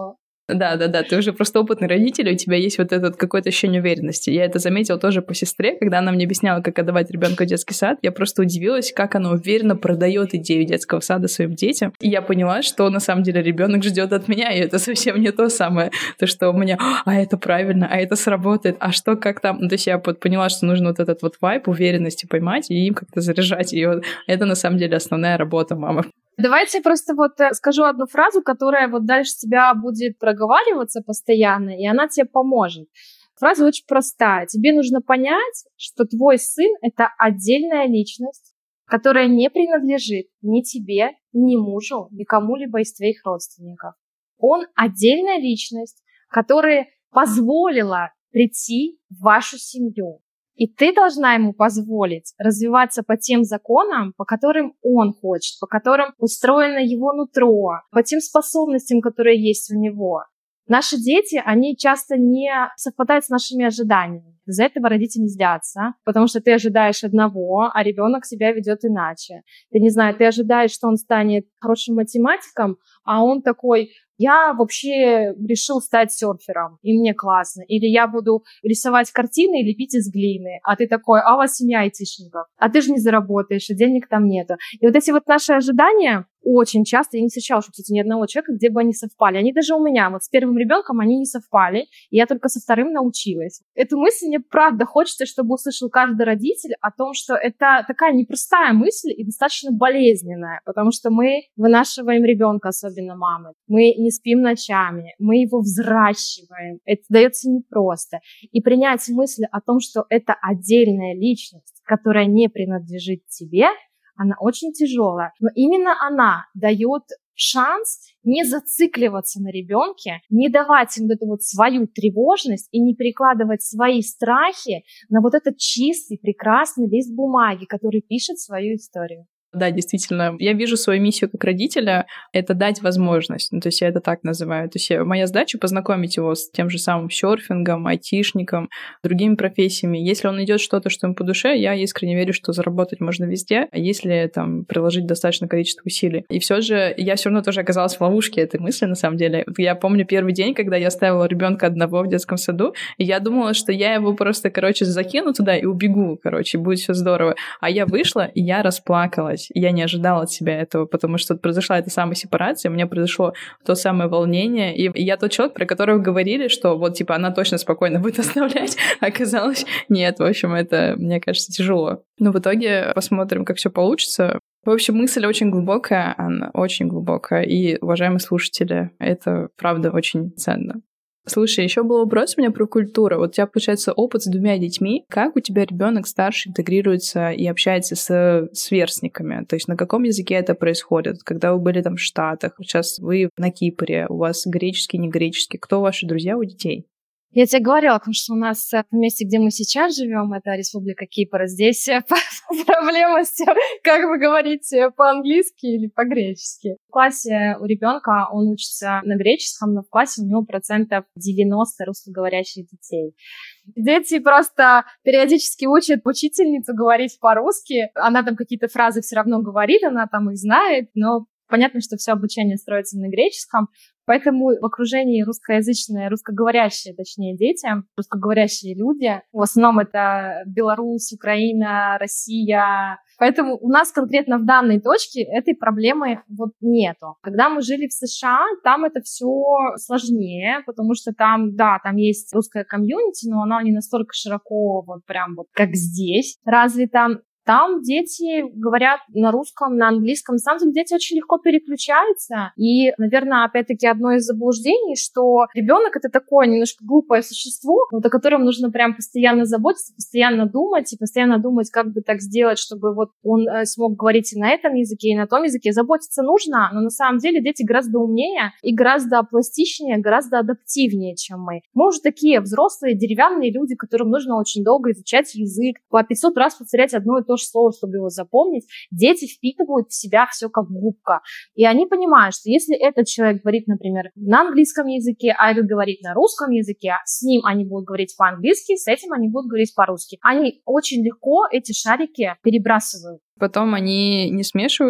Да-да-да, ты уже просто опытный родитель, у тебя есть вот этот какое-то ощущение уверенности. Я это заметила тоже по сестре, когда она мне объясняла, как отдавать ребенка в детский сад. Я просто удивилась, как она уверенно продает идею детского сада своим детям. И я поняла, что на самом деле ребенок ждет от меня, и это совсем не то самое. То, что у меня, а это правильно, а это сработает, а что, как там. Ну, то есть я вот поняла, что нужно вот этот вот вайб уверенности поймать и им как-то заряжать. И вот это на самом деле основная работа мамы. Давайте я просто вот скажу одну фразу, которая вот дальше тебя будет проговариваться постоянно, и она тебе поможет. Фраза очень простая. Тебе нужно понять, что твой сын — это отдельная личность, которая не принадлежит ни тебе, ни мужу, ни кому-либо из твоих родственников. Он отдельная личность, которая позволила прийти в вашу семью. И ты должна ему позволить развиваться по тем законам, по которым он хочет, по которым устроено его нутро, по тем способностям, которые есть у него. Наши дети, они часто не совпадают с нашими ожиданиями. Из-за этого родители злятся, потому что ты ожидаешь одного, а ребенок себя ведет иначе. Ты не знаю, ты ожидаешь, что он станет хорошим математиком, а он такой: я вообще решил стать серфером, и мне классно. Или я буду рисовать картины и лепить из глины. А ты такой: а у вас семья айтишников, а ты же не заработаешь, и денег там нету. И вот эти вот наши ожидания очень часто, я не встречала, что, кстати, ни одного человека, где бы они совпали. Они даже у меня, вот с первым ребенком они не совпали, и я только со вторым научилась. Эту мысль мне правда хочется, чтобы услышал каждый родитель о том, что это такая непростая мысль и достаточно болезненная, потому что мы вынашиваем ребенка, особенно мамы. Мы не спим ночами, мы его взращиваем. Это дается непросто. И принять мысль о том, что это отдельная личность, которая не принадлежит тебе, она очень тяжелая. Но именно она дает шанс не зацикливаться на ребенке, не давать им эту вот свою тревожность и не перекладывать свои страхи на вот этот чистый, прекрасный лист бумаги, который пишет свою историю. Да, действительно. Я вижу свою миссию как родителя — это дать возможность. Ну, то есть я это так называю. То есть я, моя задача — познакомить его с тем же самым серфингом, айтишником, другими профессиями. Если он идет что-то, что ему по душе, я искренне верю, что заработать можно везде, если там приложить достаточное количество усилий. И все же я все равно тоже оказалась в ловушке этой мысли, на самом деле. Я помню первый день, когда я оставила ребенка одного в детском саду, и я думала, что я его просто, короче, закину туда и убегу, короче, будет все здорово. А я вышла, и я расплакалась. Я не ожидала от себя этого, потому что произошла эта самая сепарация, у меня произошло то самое волнение, и я тот человек, про которого говорили, что вот, типа, она точно спокойно будет оставлять, а оказалось, нет, в общем, это, мне кажется, тяжело. Но в итоге посмотрим, как все получится. В общем, мысль очень глубокая, она очень глубокая, и, уважаемые слушатели, это, правда, очень ценно. Слушай, еще был вопрос у меня про культуру. Вот у тебя, получается, опыт с двумя детьми. Как у тебя ребенок старший интегрируется и общается с сверстниками? То есть на каком языке это происходит? Когда вы были там в Штатах, сейчас вы на Кипре, у вас греческий, не греческий. Кто ваши друзья у детей? Я тебе говорила, потому что у нас в месте, где мы сейчас живем, это Республика Кипр, здесь проблема с тем, как вы говорите по-английски или по-гречески. В классе у ребенка он учится на греческом, но в классе у него процентов девяносто русскоговорящих детей. Дети просто периодически учат учительницу говорить по-русски. Она там какие-то фразы все равно говорит, она там их знает, но понятно, что все обучение строится на греческом. Поэтому в окружении русскоязычные, русскоговорящие, точнее, дети, русскоговорящие люди, в основном это Беларусь, Украина, Россия. Поэтому у нас конкретно в данной точке этой проблемы вот нету. Когда мы жили в США, там это все сложнее, потому что там, да, там есть русская комьюнити, но она не настолько широко, вот прям вот как здесь развита. Там дети говорят на русском, на английском. На самом деле дети очень легко переключаются. И, наверное, опять-таки одно из заблуждений, что ребенок — это такое немножко глупое существо, вот о котором нужно прям постоянно заботиться, постоянно думать, и постоянно думать, как бы так сделать, чтобы вот он смог говорить и на этом языке, и на том языке. Заботиться нужно, но на самом деле дети гораздо умнее и гораздо пластичнее, гораздо адаптивнее, чем мы. Мы уже такие взрослые, деревянные люди, которым нужно очень долго изучать язык, по пятьсот раз повторять одно и то же слово, чтобы его запомнить. Дети впитывают в себя все как губка. И они понимают, что если этот человек говорит, например, на английском языке, а этот говорит на русском языке, с ним они будут говорить по-английски, с этим они будут говорить по-русски. Они очень легко эти шарики перебрасывают. Потом они не смешивают их,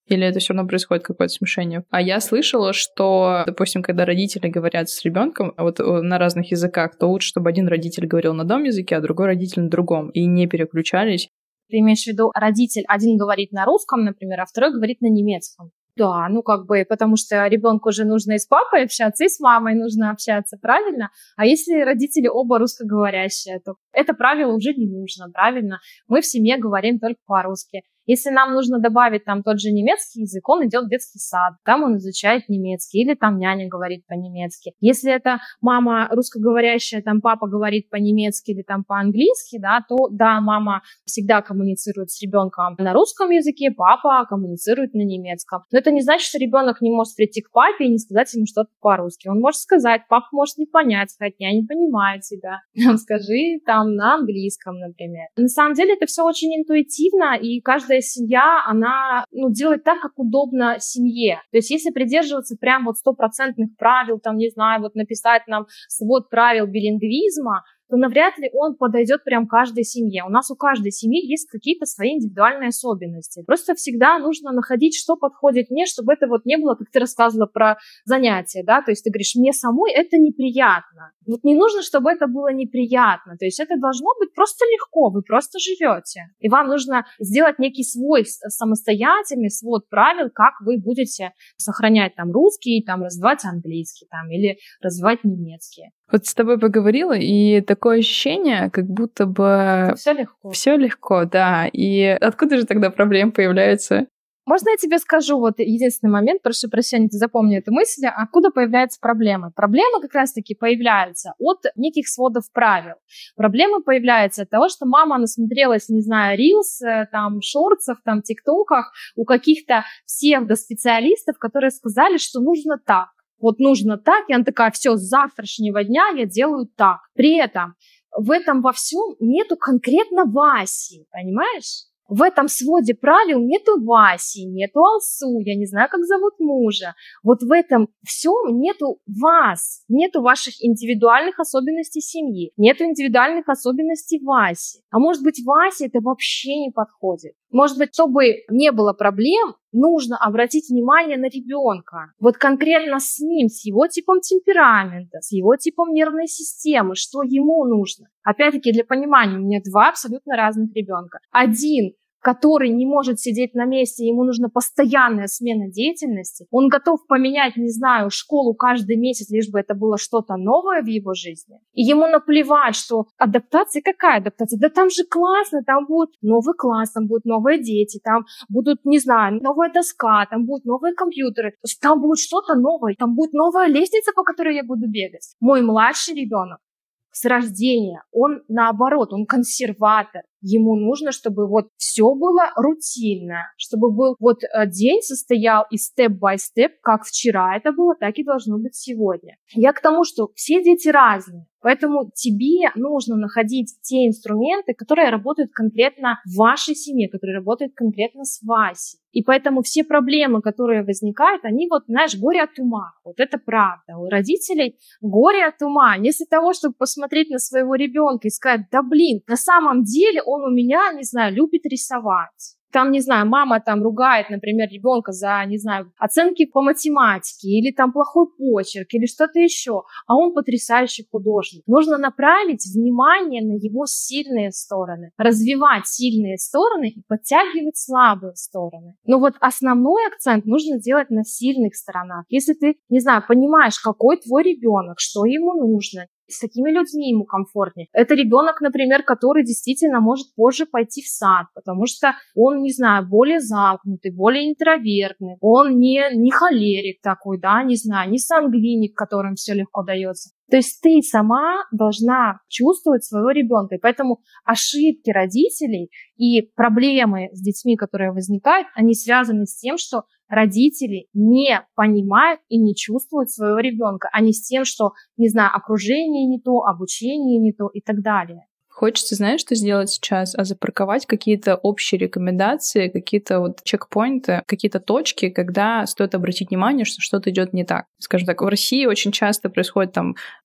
Или это все равно происходит какое-то смешение? А я слышала, что, допустим, когда родители говорят с ребенком вот на разных языках, то лучше, чтобы один родитель говорил на одном языке, а другой родитель на другом, и не переключались. Ты имеешь в виду, родитель один говорит на русском, например, а второй говорит на немецком? Да, ну как бы, потому что ребенку же нужно и с папой общаться, и с мамой нужно общаться, правильно? А если родители оба русскоговорящие, то это правило уже не нужно, правильно? Мы в семье говорим только по-русски. Если нам нужно добавить там тот же немецкий язык, он идет в детский сад, там он изучает немецкий, или там няня говорит по-немецки. Если это мама русскоговорящая, там папа говорит по-немецки или там по-английски, да, то да, мама всегда коммуницирует с ребенком на русском языке, папа коммуницирует на немецком. Но это не значит, что ребенок не может прийти к папе и не сказать ему что-то по-русски. Он может сказать, папа может не понять, сказать, я не понимаю тебя. Скажи там на английском, например. На самом деле это все очень интуитивно, и каждый семья, она ну, делает так, как удобно семье. То есть если придерживаться прям вот стопроцентных правил, там, не знаю, вот написать нам свод правил билингвизма, то навряд ли он подойдет прям каждой семье. У нас у каждой семьи есть какие-то свои индивидуальные особенности. Просто всегда нужно находить, что подходит мне, чтобы это вот не было, как ты рассказывала про занятия, да, то есть ты говоришь, мне самой это неприятно. Вот не нужно, чтобы это было неприятно, то есть это должно быть просто легко, вы просто живете. И вам нужно сделать некий свой самостоятельный свод правил, как вы будете сохранять там русский, там развивать английский, там, или развивать немецкий. Вот с тобой поговорила, и такое ощущение, как будто бы... Все легко. Все легко, да. И откуда же тогда проблемы появляются? Можно я тебе скажу вот единственный момент, прошу прощения, ты запомни эту мысль, откуда появляются проблемы? Проблемы как раз-таки появляются от неких сводов правил. Проблемы появляются от того, что мама насмотрелась, не знаю, рилс, там, шортсов, там, тиктоках у каких-то псевдоспециалистов, которые сказали, что нужно так. Вот нужно так, и она такая, все, с завтрашнего дня я делаю так. При этом в этом во всем нету конкретно Васи, понимаешь? В этом своде правил нету Васи, нету Алсу, я не знаю, как зовут мужа. Вот в этом всем нету вас, нету ваших индивидуальных особенностей семьи, нету индивидуальных особенностей Васи. А может быть, Васе это вообще не подходит. Может быть, чтобы не было проблем, нужно обратить внимание на ребенка. Вот конкретно с ним, с его типом темперамента, с его типом нервной системы, что ему нужно. Опять-таки, для понимания, у меня два абсолютно разных ребенка. Один, который не может сидеть на месте, ему нужна постоянная смена деятельности, он готов поменять, не знаю, школу каждый месяц, лишь бы это было что-то новое в его жизни. И ему наплевать, что адаптация, какая адаптация? Да там же классно, там будет новый класс, там будут новые дети, там будут, не знаю, новая доска, там будут новые компьютеры, то есть там будет что-то новое, там будет новая лестница, по которой я буду бегать. Мой младший ребенок с рождения, он наоборот, он консерватор. Ему нужно, чтобы вот все было рутинно, чтобы был вот день состоял из степ-бай-степ, как вчера это было, так и должно быть сегодня. Я к тому, что все дети разные, поэтому тебе нужно находить те инструменты, которые работают конкретно в вашей семье, которые работают конкретно с Васей. И поэтому все проблемы, которые возникают, они вот, знаешь, горе от ума. Вот это правда. У родителей горе от ума. Вместо того, чтобы посмотреть на своего ребенка и сказать, да блин, на самом деле он у меня, не знаю, любит рисовать. Там, не знаю, мама там ругает, например, ребенка за, не знаю, оценки по математике или там плохой почерк или что-то еще, а он потрясающий художник. Нужно направить внимание на его сильные стороны, развивать сильные стороны и подтягивать слабые стороны. Но вот основной акцент нужно делать на сильных сторонах. Если ты, не знаю, понимаешь, какой твой ребенок, что ему нужно, с какими людьми ему комфортнее. Это ребенок, например, который действительно может позже пойти в сад, потому что он, не знаю, более замкнутый, более интровертный, он не, не холерик такой, да, не знаю, не сангвиник, которым все легко дается. То есть ты сама должна чувствовать своего ребенка, и поэтому ошибки родителей и проблемы с детьми, которые возникают, они связаны с тем, что родители не понимают и не чувствуют своего ребенка, а не с тем, что, не знаю, окружение не то, обучение не то и так далее. Хочется, знаешь, что сделать сейчас? А запарковать какие-то общие рекомендации, какие-то вот чекпоинты, какие-то точки, когда стоит обратить внимание, что что-то идет не так. Скажем так, в России очень часто происходит там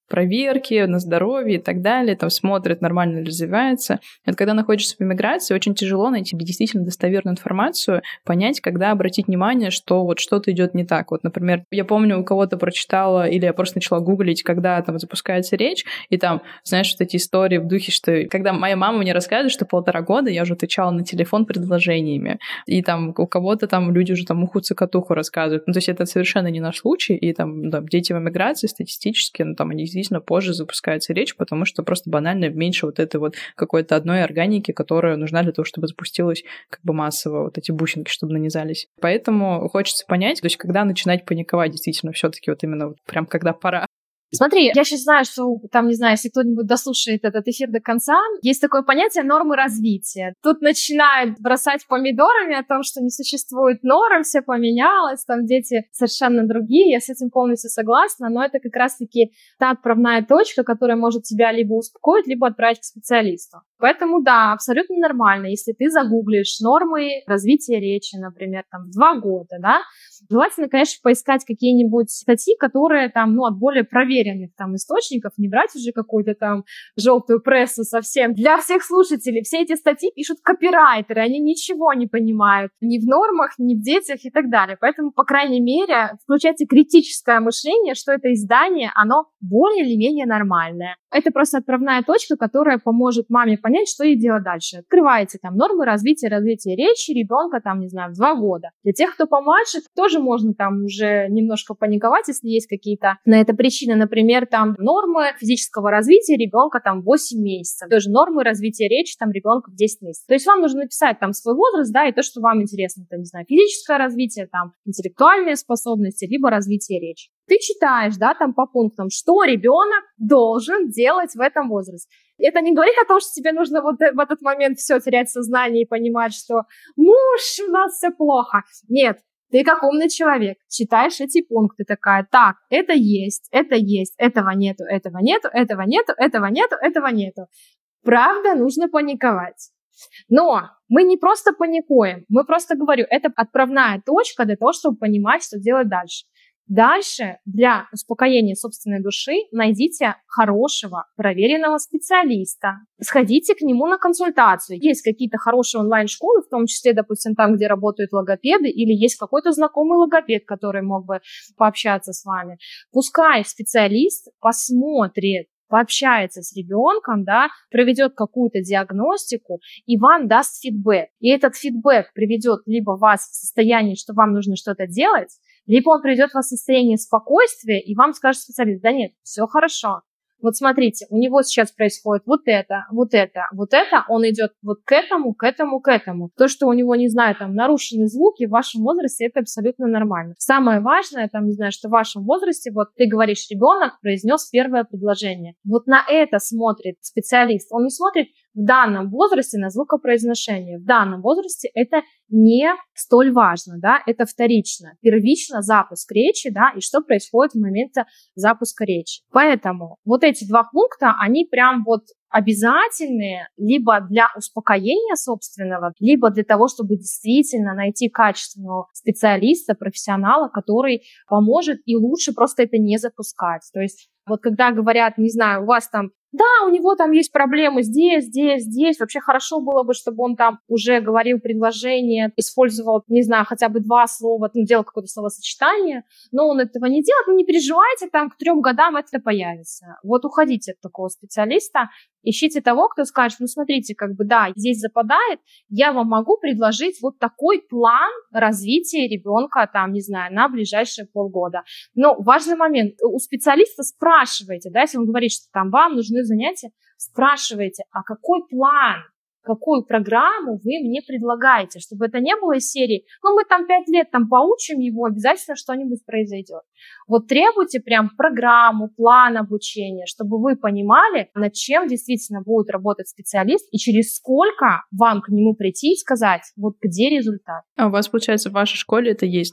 проверки на здоровье и так далее, там смотрят, нормально ли развивается. Это когда находишься в эмиграции, очень тяжело найти действительно достоверную информацию, понять, когда обратить внимание, что вот что-то идет не так. Вот, например, я помню, у кого-то прочитала, или я просто начала гуглить, когда там запускается речь, и там, знаешь, вот эти истории в духе, что когда моя мама мне рассказывает, что полтора года я уже отвечала на телефон предложениями, и там у кого-то там люди уже там уху-цокотуху рассказывают. Ну, то есть это совершенно не наш случай, и там, да, дети в эмиграции статистически, ну, там они действительно позже запускается речь, потому что просто банально меньше вот этой вот какой-то одной органики, которая нужна для того, чтобы запустилась как бы массово вот эти бусинки, чтобы нанизались. Поэтому хочется понять, то есть когда начинать паниковать действительно все-таки вот именно вот прям когда пора. Смотри, я сейчас знаю, что там, не знаю, если кто-нибудь дослушает этот эфир до конца, есть такое понятие нормы развития. Тут начинают бросать помидорами о том, что не существует норм, все поменялось, там дети совершенно другие. Я с этим полностью согласна, но это как раз-таки та отправная точка, которая может тебя либо успокоить, либо отправить к специалисту. Поэтому да, абсолютно нормально, если ты загуглишь нормы развития речи, например, там в два года, да, желательно, конечно, поискать какие-нибудь статьи, которые там, ну, от более проверенных там источников, не брать уже какую-то там желтую прессу совсем. Для всех слушателей все эти статьи пишут копирайтеры, они ничего не понимают ни в нормах, ни в детях и так далее. Поэтому, по крайней мере, включайте критическое мышление, что это издание, оно более или менее нормальное. Это просто отправная точка, которая поможет маме понять, что ей делать дальше. Открываете там нормы развития, развития речи ребенка, там, не знаю, в два года. Для тех, кто помладше, тоже можно там уже немножко паниковать, если есть какие-то на это причины. Например, там нормы физического развития ребенка там восемь месяцев. Тоже нормы развития речи там ребенка в десять месяцев. То есть вам нужно написать там свой возраст, да, и то, что вам интересно. Это, не знаю, физическое развитие, там, интеллектуальные способности, либо развитие речи. Ты читаешь, да, там по пунктам, что ребенок должен делать в этом возрасте. Это не говорит о том, что тебе нужно вот в этот момент все терять сознание и понимать, что муж, у нас все плохо. Нет, ты как умный человек, читаешь эти пункты, такая, так, это есть, это есть, этого нету, этого нету, этого нету, этого нету, этого нету. Правда, нужно паниковать. Но мы не просто паникуем, мы просто, говорю, это отправная точка для того, чтобы понимать, что делать дальше. Дальше для успокоения собственной души найдите хорошего, проверенного специалиста. Сходите к нему на консультацию. Есть какие-то хорошие онлайн-школы, в том числе, допустим, там, где работают логопеды, или есть какой-то знакомый логопед, который мог бы пообщаться с вами. Пускай специалист посмотрит, пообщается с ребенком, да, проведет какую-то диагностику и вам даст фидбэк. И этот фидбэк приведет либо вас в состояние, что вам нужно что-то делать, либо он приведет вас в состояние спокойствия, и вам скажет специалист, да нет, все хорошо. Вот смотрите, у него сейчас происходит вот это, вот это, вот это, он идет вот к этому, к этому, к этому. То, что у него, не знаю, там, нарушены звуки в вашем возрасте, это абсолютно нормально. Самое важное, там, не знаю, что в вашем возрасте, вот ты говоришь, ребенок произнес первое предложение. Вот на это смотрит специалист. Он не смотрит в данном возрасте на звукопроизношение. В данном возрасте это не столь важно, да, это вторично. Первично запуск речи, да, и что происходит в момент запуска речи. Поэтому вот эти два пункта, они прям вот обязательные либо для успокоения собственного, либо для того, чтобы действительно найти качественного специалиста, профессионала, который поможет и лучше просто это не запускать. То есть вот когда говорят, не знаю, у вас там, да, у него там есть проблемы здесь, здесь, здесь, вообще хорошо было бы, чтобы он там уже говорил предложение, использовал, не знаю, хотя бы два слова, ну, делал какое-то словосочетание, но он этого не делает, ну, не переживайте, там к трем годам это появится. Вот уходите от такого специалиста, ищите того, кто скажет, ну, смотрите, как бы, да, здесь западает, я вам могу предложить вот такой план развития ребенка, там, не знаю, на ближайшие полгода. Но важный момент, у специалиста спрашивайте, да, если он говорит, что там вам нужны занятия, спрашивайте, а какой план, какую программу вы мне предлагаете, чтобы это не было из серии, ну, мы там пять лет там поучим его, обязательно что-нибудь произойдет. Вот требуйте прям программу, план обучения, чтобы вы понимали, над чем действительно будет работать специалист и через сколько вам к нему прийти и сказать, вот где результат. А у вас, получается, в вашей школе это есть, да?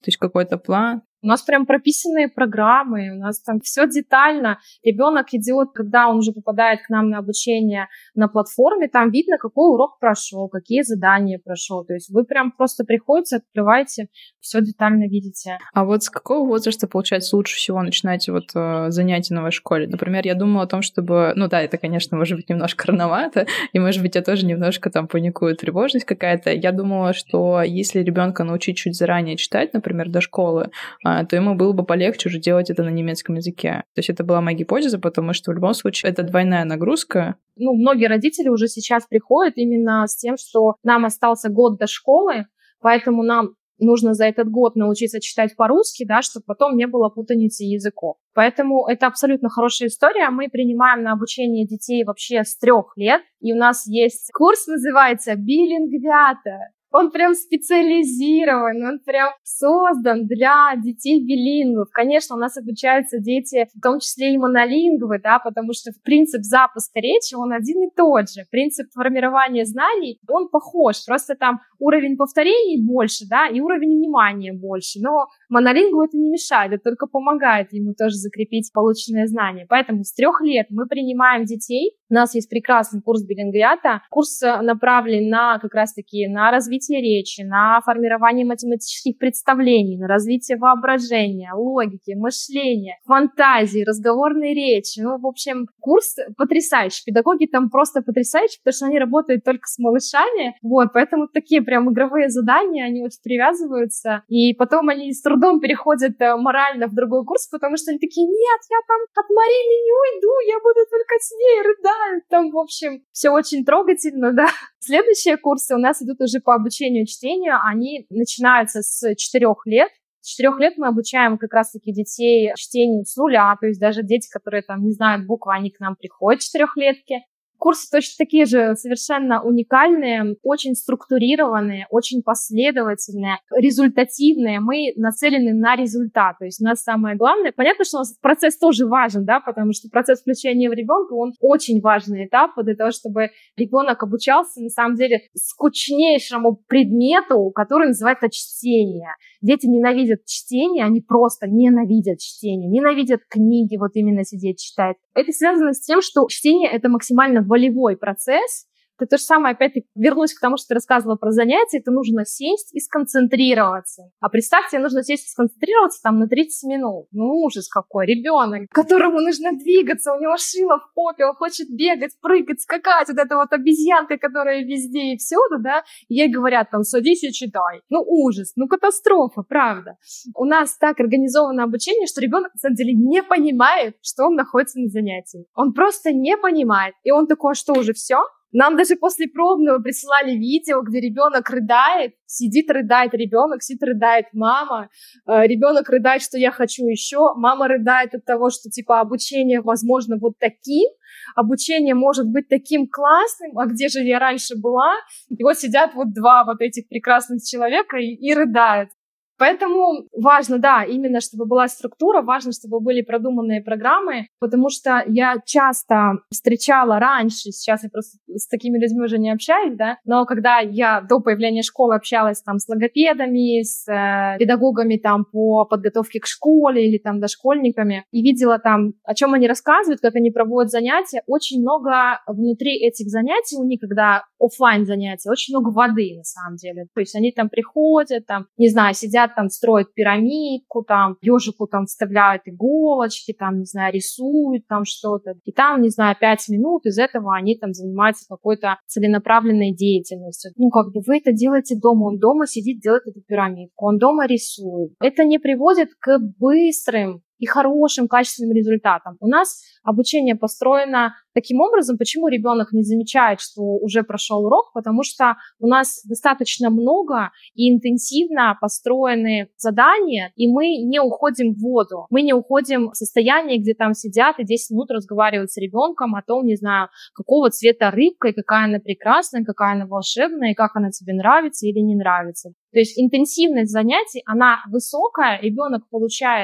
То есть какой-то план? У нас прям прописанные программы, у нас там все детально. Ребенок идет, когда он уже попадает к нам на обучение на платформе, там видно, какой урок прошел, какие задания прошел. То есть вы прям просто приходите, открываете, все детально видите. А вот с какого возраста, получается, лучше всего начинаете вот э, занятия на вашей школе? Например, я думала о том, чтобы... Ну да, это, конечно, может быть немножко рановато, и, может быть, я тоже немножко там паникую, тревожность какая-то. Я думала, что если ребенка научить чуть заранее читать, например, до школы, то ему было бы полегче уже делать это на немецком языке. То есть это была моя гипотеза, потому что в любом случае это двойная нагрузка. Ну, многие родители уже сейчас приходят именно с тем, что нам остался год до школы, поэтому нам нужно за этот год научиться читать по-русски, да, чтобы потом не было путаницы языков. Поэтому это абсолютно хорошая история. Мы принимаем на обучение детей вообще с трех лет, и у нас есть курс, называется «Билингвята». Он прям специализирован, он прям создан для детей-билингвов. Конечно, у нас обучаются дети, в том числе и монолингвы, да, потому что принцип запуска речи, он один и тот же. Принцип формирования знаний, он похож, просто там уровень повторений больше, да, и уровень внимания больше. Но монолингву это не мешает, это только помогает ему тоже закрепить полученные знания. Поэтому с трех лет мы принимаем детей. У нас есть прекрасный курс билингвиата. Курс направлен на как раз-таки на развитие речи, на формирование математических представлений, на развитие воображения, логики, мышления, фантазии, разговорной речи. Ну, в общем, курс потрясающий. Педагоги там просто потрясающие, потому что они работают только с малышами. Вот, поэтому такие прям игровые задания, они очень привязываются. И потом они с трудом переходят морально в другой курс, потому что они такие: нет, я там от Марины не уйду, я буду только с ней рыдать. Там, в общем, все очень трогательно, да. Следующие курсы у нас идут уже по обучению чтению. Они начинаются с четырех лет. С четырех лет мы обучаем как раз-таки детей чтению с нуля. То есть даже дети, которые там не знают буквы, они к нам приходят, четырехлетки. Курсы точно такие же, совершенно уникальные, очень структурированные, очень последовательные, результативные. Мы нацелены на результат. То есть у нас самое главное. Понятно, что у нас процесс тоже важен, да, потому что процесс включения в ребенка, он очень важный этап для того, чтобы ребенок обучался, на самом деле, скучнейшему предмету, который называется чтение. Дети ненавидят чтение, они просто ненавидят чтение, ненавидят книги, вот именно сидеть читать. Это связано с тем, что чтение — это максимально волевой процесс. Это то же самое, опять-таки, вернусь к тому, что ты рассказывала про занятия, это нужно сесть и сконцентрироваться. А представьте, нужно сесть и сконцентрироваться там на тридцать минут. Ну, ужас какой. Ребенок, которому нужно двигаться, у него шило в попе, он хочет бегать, прыгать, скакать. Вот эта вот обезьянка, которая везде и всюду, да, и ей говорят там: садись и читай. Ну, ужас, ну, катастрофа, правда. У нас так организовано обучение, что ребенок, на самом деле, не понимает, что он находится на занятии. Он просто не понимает. И он такой: а что, уже все? Нам даже после пробного присылали видео, где ребенок рыдает, сидит, рыдает ребенок, сидит, рыдает мама, э, ребенок рыдает, что я хочу еще, мама рыдает от того, что типа обучение возможно вот таким, обучение может быть таким классным, а где же я раньше была? И вот сидят вот два вот этих прекрасных человека и, и рыдают. Поэтому важно, да, именно чтобы была структура, важно, чтобы были продуманные программы, потому что я часто встречала раньше, сейчас я просто с такими людьми уже не общаюсь, да, но когда я до появления школы общалась там с логопедами, с э, педагогами там по подготовке к школе или там дошкольниками, и видела там, о чем они рассказывают, как они проводят занятия, очень много внутри этих занятий у них, когда офлайн занятия, очень много воды на самом деле. То есть они там приходят, там, не знаю, сидят там, строят пирамидку, там, ежику там вставляют иголочки, там, не знаю, рисуют там что-то. И там, не знаю, пять минут из этого они там занимаются какой-то целенаправленной деятельностью. Ну, как бы вы это делаете дома, он дома сидит, делает эту пирамидку, он дома рисует. Это не приводит к быстрым и хорошим, качественным результатам. У нас обучение построено таким образом, почему ребенок не замечает, что уже прошел урок, потому что у нас достаточно много и интенсивно построены задания, и мы не уходим в воду, мы не уходим в состояние, где там сидят и десять минут разговаривают с ребенком о том, не знаю, какого цвета рыбка, и какая она прекрасная, какая она волшебная, и как она тебе нравится или не нравится. То есть интенсивность занятий, она высокая, ребенок получает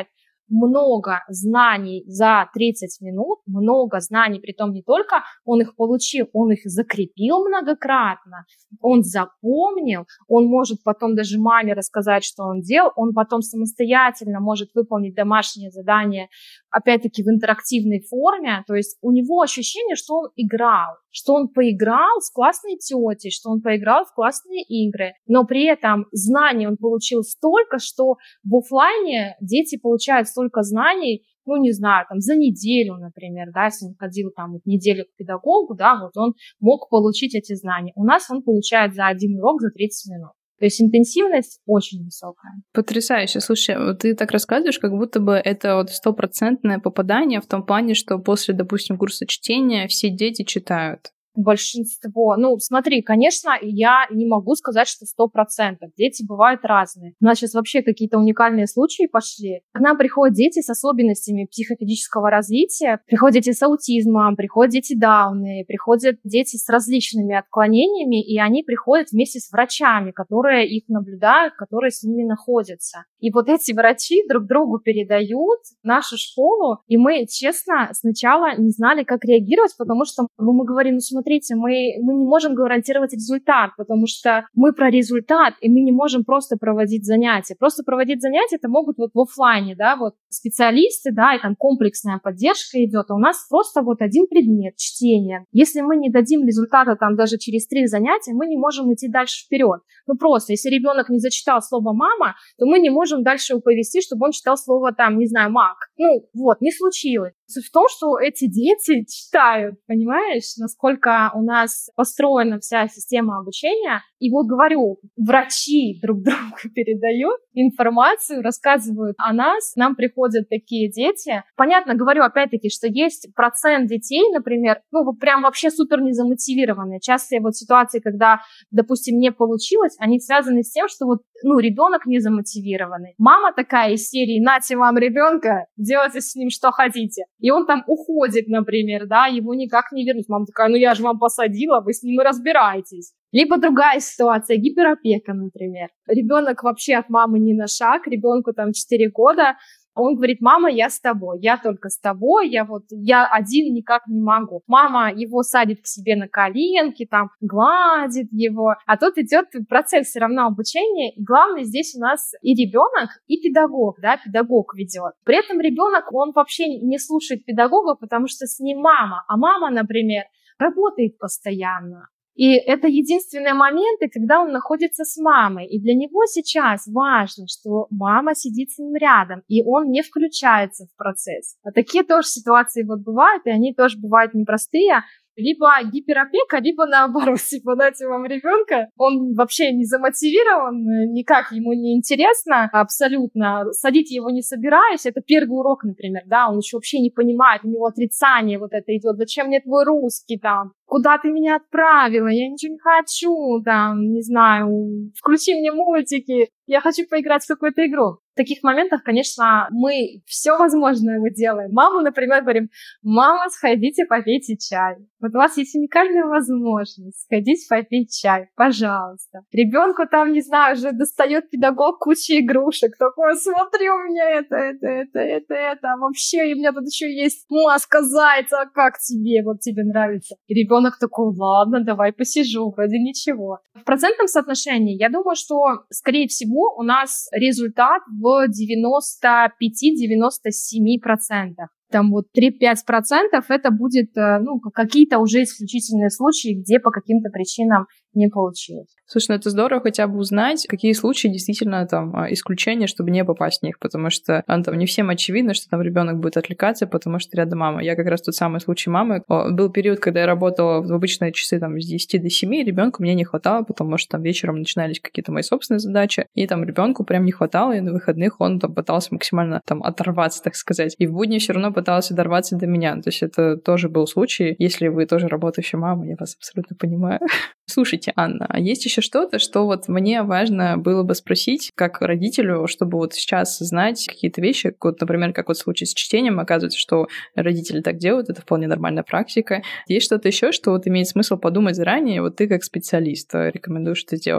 много знаний за тридцать минут, много знаний, притом не только он их получил, он их закрепил многократно, он запомнил, он может потом даже маме рассказать, что он делал, он потом самостоятельно может выполнить домашнее задание, опять-таки в интерактивной форме, то есть у него ощущение, что он играл, что он поиграл с классной тетей, что он поиграл в классные игры, но при этом знаний он получил столько, что в офлайне дети получают столько знаний, ну, не знаю, там, за неделю, например, да, если он ходил там вот неделю к педагогу, да, вот он мог получить эти знания. У нас он получает за один урок за тридцать минут. То есть интенсивность очень высокая. Потрясающе. Слушай, вот ты так рассказываешь, как будто бы это вот стопроцентное попадание в том плане, что после, допустим, курса чтения все дети читают. Большинство. Ну, смотри, конечно, я не могу сказать, что сто процентов. Дети бывают разные. У нас сейчас вообще какие-то уникальные случаи пошли. К нам приходят дети с особенностями психофизического развития, приходят дети с аутизмом, приходят дети дауны, приходят дети с различными отклонениями, и они приходят вместе с врачами, которые их наблюдают, которые с ними находятся. И вот эти врачи друг другу передают нашу школу, и мы, честно, сначала не знали, как реагировать, потому что ну, мы говорим, ну смотри, Смотрите, мы, мы не можем гарантировать результат, потому что мы про результат, и мы не можем просто проводить занятия. Просто проводить занятия это могут вот в офлайне, да, вот специалисты, да, и там комплексная поддержка идет, а у нас просто вот один предмет, чтение. Если мы не дадим результата там даже через три занятия, мы не можем идти дальше вперед. Ну просто, если ребенок не зачитал слово «мама», то мы не можем дальше его повести, чтобы он читал слово там, не знаю, «мак». Ну вот, не случилось. Суть в том, что эти дети читают, понимаешь, насколько у нас построена вся система обучения. И вот говорю, врачи друг другу передают информацию, рассказывают о нас, к нам приходят такие дети. Понятно, говорю опять-таки, что есть процент детей, например, ну вот прям вообще супер незамотивированные. Часто вот ситуации, когда, допустим, не получилось, они связаны с тем, что вот, ну, ребенок не замотивированный. Мама такая из серии «Нате вам ребенка, делайте с ним что хотите». И он там уходит, например, да, его никак не вернуть. Мама такая, ну я же вам посадила, вы с ним и разбираетесь. Либо другая ситуация, гиперопека, например. Ребенок вообще от мамы не на шаг, ребенку там четыре года, он говорит, мама, я с тобой, я только с тобой, я вот, я один никак не могу. Мама его садит к себе на коленки, там, гладит его, а тут идет процесс все равно обучения, и главное здесь у нас и ребенок, и педагог, да, педагог ведет. При этом ребенок, он вообще не слушает педагога, потому что с ним мама, а мама, например, работает постоянно. И это единственные моменты, когда он находится с мамой. И для него сейчас важно, что мама сидит с ним рядом, и он не включается в процесс. А такие тоже ситуации вот бывают, и они тоже бывают непростые. Либо гиперопека, либо наоборот, типа, дайте вам ребенка, он вообще не замотивирован, никак ему не интересно, абсолютно, садить его не собираюсь, это первый урок, например, да, он еще вообще не понимает, у него отрицание вот это идет, зачем мне твой русский там, куда ты меня отправила, я ничего не хочу, там, не знаю, включи мне мультики, я хочу поиграть в какую-то игру. В таких моментах, конечно, мы все возможное мы делаем. Маму, например, говорим, мама, сходите попейте чай. Вот у вас есть уникальная возможность сходить попить чай, пожалуйста. Ребенку там, не знаю, уже достает педагог кучу игрушек. Такой, смотри, у меня это, это, это, это, это. А вообще, и у меня тут еще есть маска зайца, а как тебе? Вот тебе нравится. И ребенок такой, ладно, давай посижу, вроде ничего. В процентном соотношении, я думаю, что, скорее всего, у нас результат в девяносто пять - девяносто семь процентов. Там вот три-пять процентов это будет, ну, какие-то уже исключительные случаи, где по каким-то причинам не получилось. Слушай, ну это здорово хотя бы узнать, какие случаи действительно там исключения, чтобы не попасть в них, потому что ну, там не всем очевидно, что там ребенок будет отвлекаться, потому что рядом мама. Я как раз тот самый случай мамы. Был период, когда я работала в обычные часы там с десяти до семи, ребенку мне не хватало, потому что там вечером начинались какие-то мои собственные задачи, и там ребенку прям не хватало, и на выходных он там пытался максимально там оторваться, так сказать. И в будни все равно пытался дорваться до меня. То есть это тоже был случай. Если вы тоже работающая мама, я вас абсолютно понимаю. Слушайте, Анна, а есть еще что-то, что вот мне важно было бы спросить как родителю, чтобы вот сейчас знать какие-то вещи, вот, например, как вот в случае с чтением, оказывается, что родители так делают, это вполне нормальная практика. Есть что-то еще, что вот имеет смысл подумать заранее, вот ты как специалист рекомендуешь это делать?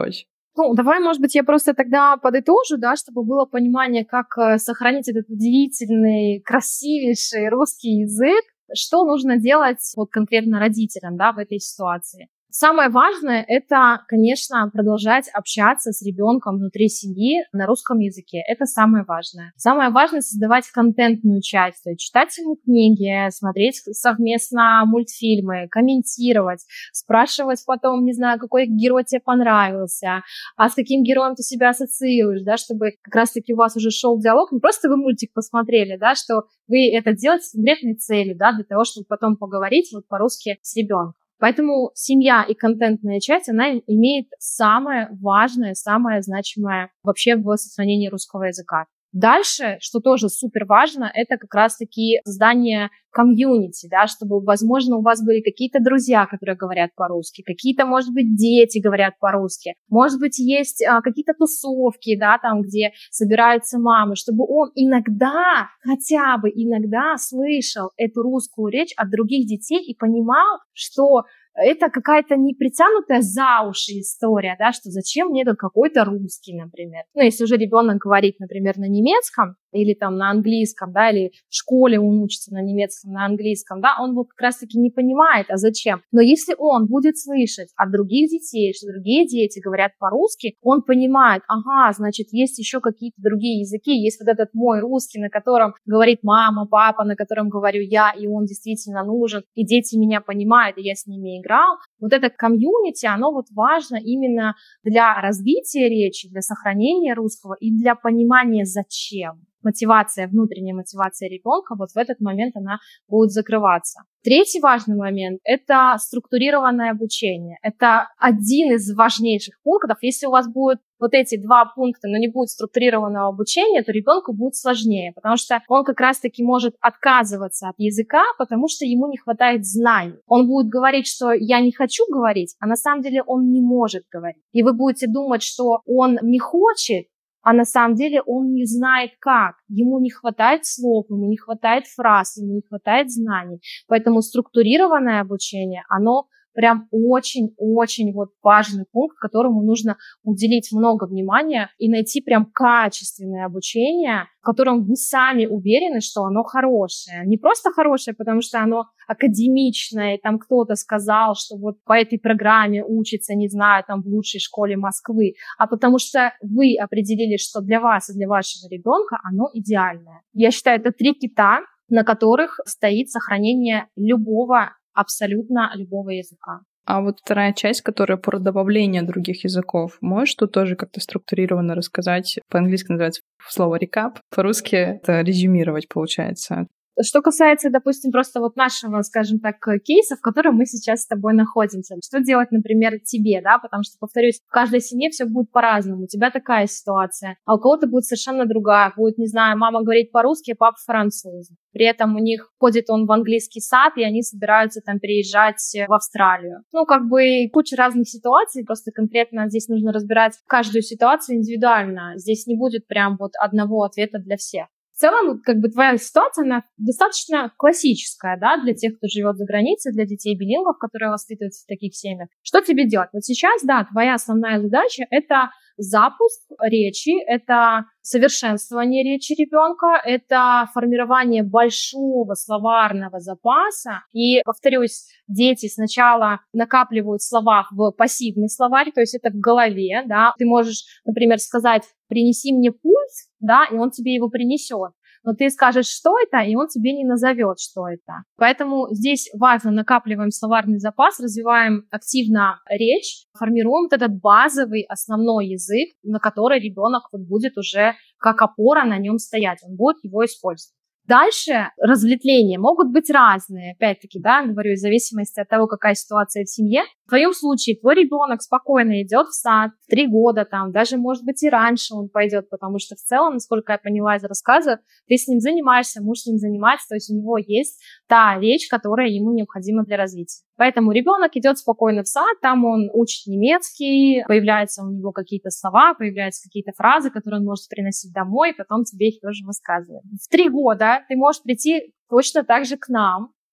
Ну, давай, может быть, я просто тогда подытожу, да, чтобы было понимание, как сохранить этот удивительный, красивейший русский язык, что нужно делать вот конкретно родителям, да, в этой ситуации. Самое важное — это, конечно, продолжать общаться с ребенком внутри семьи на русском языке. Это самое важное. Самое важное — создавать контентную часть, то есть читать ему книги, смотреть совместно мультфильмы, комментировать, спрашивать потом, не знаю, какой герой тебе понравился, а с каким героем ты себя ассоциируешь, да, чтобы как раз-таки у вас уже шел диалог, не просто вы мультик посмотрели, да, что вы это делаете с конкретной целью, да, для того, чтобы потом поговорить вот по-русски с ребенком. Поэтому семья и контентная часть, она имеет самое важное, самое значимое вообще в сохранении русского языка. Дальше, что тоже супер важно, это как раз-таки создание комьюнити, да, чтобы, возможно, у вас были какие-то друзья, которые говорят по-русски, какие-то, может быть, дети говорят по-русски, может быть, есть а, какие-то тусовки, да, там, где собираются мамы, чтобы он иногда, хотя бы иногда слышал эту русскую речь от других детей и понимал, что это какая-то не притянутая за уши история, да, что зачем мне тут какой-то русский, например. Ну, если уже ребенок говорит, например, на немецком или там на английском, да, или в школе он учится на немецком, на английском, да, он вот как раз-таки не понимает, а зачем. Но если он будет слышать от других детей, что другие дети говорят по-русски, он понимает, ага, значит, есть еще какие-то другие языки, есть вот этот мой русский, на котором говорит мама, папа, на котором говорю я, и он действительно нужен, и дети меня понимают, и я с ними играл. Вот это комьюнити, оно вот важно именно для развития речи, для сохранения русского и для понимания зачем. Мотивация, внутренняя мотивация ребенка, вот в этот момент она будет закрываться. Третий важный момент – это структурированное обучение. Это один из важнейших пунктов. Если у вас будут вот эти два пункта, но не будет структурированного обучения, то ребенку будет сложнее, потому что он как раз-таки может отказываться от языка, потому что ему не хватает знаний. Он будет говорить, что я не хочу говорить, а на самом деле он не может говорить. И вы будете думать, что он не хочет, а на самом деле он не знает как. Ему не хватает слов, ему не хватает фраз, ему не хватает знаний. Поэтому структурированное обучение, оно прям очень-очень вот важный пункт, которому нужно уделить много внимания и найти прям качественное обучение, в котором вы сами уверены, что оно хорошее. Не просто хорошее, потому что оно академичное, и там кто-то сказал, что вот по этой программе учится, не знаю, там в лучшей школе Москвы, а потому что вы определили, что для вас и для вашего ребенка оно идеальное. Я считаю, это три кита, на которых стоит сохранение любого абсолютно любого языка. А вот вторая часть, которая про добавление других языков, можешь тут тоже как-то структурированно рассказать? По-английски называется слово recap, по-русски это резюмировать получается. Что касается, допустим, просто вот нашего, скажем так, кейса, в котором мы сейчас с тобой находимся. Что делать, например, тебе, да, потому что, повторюсь, в каждой семье все будет по-разному. У тебя такая ситуация, а у кого-то будет совершенно другая. Будет, не знаю, мама говорит по-русски, папа француз. При этом у них ходит он в английский сад, и они собираются там переезжать в Австралию. Ну, как бы куча разных ситуаций, просто конкретно здесь нужно разбирать каждую ситуацию индивидуально. Здесь не будет прям вот одного ответа для всех. В целом, как бы твоя ситуация, она достаточно классическая, да, для тех, кто живет за границей, для детей билингвов, которые воспитываются в таких семьях. Что тебе делать? Вот сейчас, да, твоя основная задача — это запуск речи, это совершенствование речи ребенка, это формирование большого словарного запаса. И, повторюсь, дети сначала накапливают слова в пассивный словарь, то есть это в голове, да. Ты можешь, например, сказать «принеси мне пульт», да, и он тебе его принесет. Но ты скажешь, что это, и он тебе не назовет, что это. Поэтому здесь важно: накапливаем словарный запас, развиваем активно речь, формируем вот этот базовый основной язык, на который ребенок вот будет уже как опора на нем стоять, он будет его использовать. Дальше разветвления могут быть разные, опять-таки, да, говорю, в зависимости от того, какая ситуация в семье. В твоем случае твой ребенок спокойно идет в сад, в три года там, даже, может быть, и раньше он пойдет, потому что в целом, насколько я поняла из рассказа, ты с ним занимаешься, муж с ним занимается, то есть у него есть та речь, которая ему необходима для развития. Поэтому ребенок идет спокойно в сад, там он учит немецкий, появляются у него какие-то слова, появляются какие-то фразы, которые он может приносить домой, и потом тебе их тоже высказывать. В три года ты можешь прийти точно так же к нам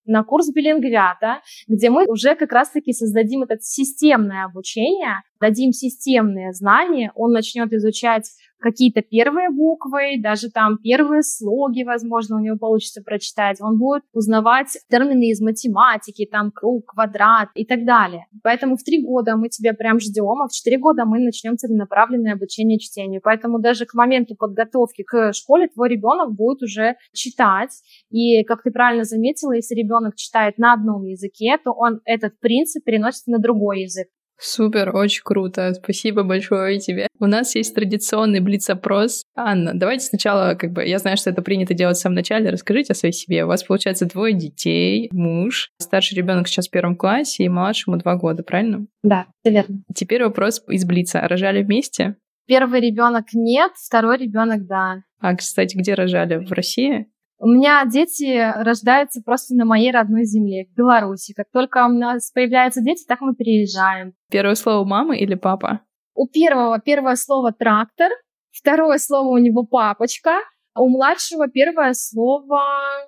на курс билингвиата, где мы уже как раз-таки создадим это системное обучение, дадим системные знания, он начнет изучать какие-то первые буквы, даже там первые слоги, возможно, у него получится прочитать. Он будет узнавать термины из математики, там круг, квадрат и так далее. Поэтому в три года мы тебя прям ждем, а в четыре года мы начнем целенаправленное обучение чтению. Поэтому даже к моменту подготовки к школе твой ребенок будет уже читать. И, как ты правильно заметила, если ребенок читает на одном языке, то он этот принцип переносит на другой язык. Супер, очень круто. Спасибо большое тебе. У нас есть традиционный блиц-опрос. Анна, давайте сначала, как бы, я знаю, что это принято делать в самом начале, расскажите о своей себе. У вас, получается, двое детей, муж, старший ребенок сейчас в первом классе и младшему два года, правильно? Да, все верно. Теперь вопрос из блица. Рожали вместе? Первый ребенок нет, второй ребенок да. А, кстати, где рожали? В России? У меня дети рождаются просто на моей родной земле, в Беларуси. Как только у нас появляются дети, так мы переезжаем. Первое слово мама или папа? У первого первое слово трактор, второе слово у него папочка, а у младшего первое слово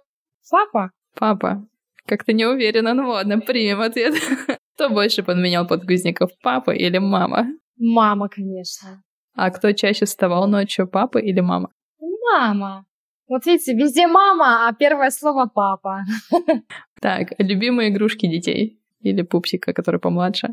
папа. Папа. Как-то не уверена, ну ладно, примем ответ. Кто больше подменял подгузников, папа или мама? Мама, конечно. А кто чаще вставал ночью, папа или мама? Мама. Вот видите, везде мама, а первое слово папа. Так, любимые игрушки детей? Или пупсика, который помладше?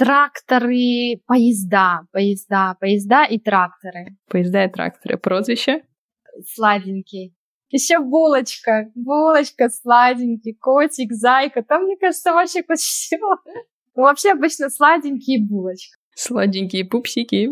Тракторы, поезда, поезда, поезда и тракторы. Поезда и тракторы. Прозвище? Сладенький. Еще булочка, булочка, сладенький, котик, зайка. Там, мне кажется, вообще куча всего. Ну, вообще обычно сладенькие булочка. Сладенькие пупсики.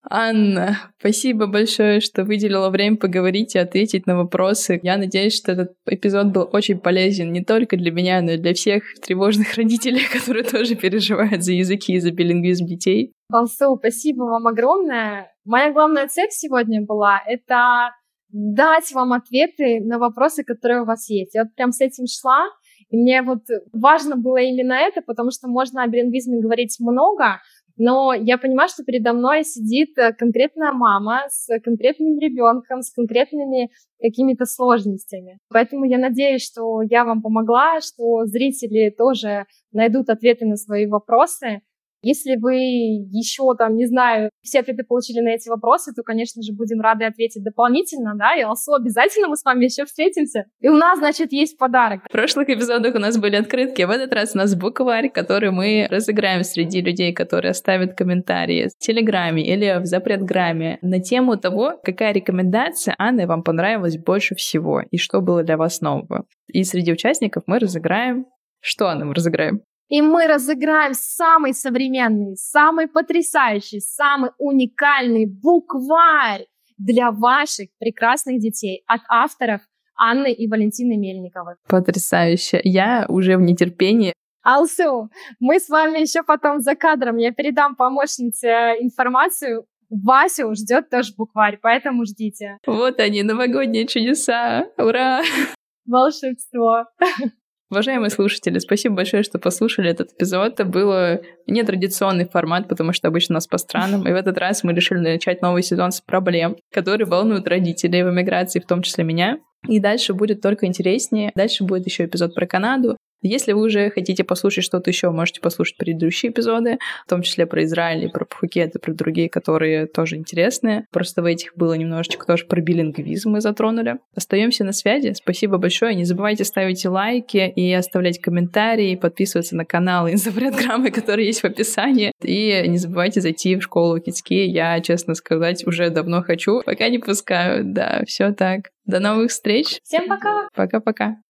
Анна, спасибо большое, что выделила время поговорить и ответить на вопросы. Я надеюсь, что этот эпизод был очень полезен не только для меня, но и для всех тревожных родителей, которые тоже переживают за языки и за билингвизм детей. Алсу, спасибо вам огромное. Моя главная цель сегодня была — это дать вам ответы на вопросы, которые у вас есть. Я вот прям с этим шла, и мне вот важно было именно это, потому что можно о билингвизме говорить много, но я понимаю, что передо мной сидит конкретная мама с конкретным ребенком, с конкретными какими-то сложностями. Поэтому я надеюсь, что я вам помогла, что зрители тоже найдут ответы на свои вопросы. Если вы еще там, не знаю, все ответы получили на эти вопросы, то, конечно же, будем рады ответить дополнительно, да, и Алсу, обязательно мы с вами еще встретимся. И у нас, значит, есть подарок. В прошлых эпизодах у нас были открытки, а в этот раз у нас букварь, который мы разыграем среди людей, которые оставят комментарии в Телеграме или в Запретграме на тему того, какая рекомендация Анны вам понравилась больше всего и что было для вас нового. И среди участников мы разыграем... Что, Анна, мы разыграем? И мы разыграем самый современный, самый потрясающий, самый уникальный букварь для ваших прекрасных детей от авторов Анны и Валентины Мельниковой. Потрясающе. Я уже в нетерпении. Алсу, мы с вами еще потом за кадром. Я передам помощнице информацию. Васю ждет тоже букварь, поэтому ждите. Вот они, новогодние чудеса. Ура! Волшебство. Уважаемые слушатели, спасибо большое, что послушали этот эпизод. Это был нетрадиционный формат, потому что обычно у нас по странам. И в этот раз мы решили начать новый сезон с проблем, которые волнуют родителей в эмиграции, в том числе меня. И дальше будет только интереснее. Дальше будет еще эпизод про Канаду. Если вы уже хотите послушать что-то еще, можете послушать предыдущие эпизоды, в том числе про Израиль, и про Пхукет, и про другие, которые тоже интересные. Просто в этих было немножечко тоже про билингвизм мы затронули. Остаемся на связи. Спасибо большое. Не забывайте ставить лайки и оставлять комментарии, подписываться на канал и Запретграммы, которые есть в описании. И не забывайте зайти в школу Кицки. Я, честно сказать, уже давно хочу, пока не пускают. Да, все так. До новых встреч. Всем пока. Пока-пока.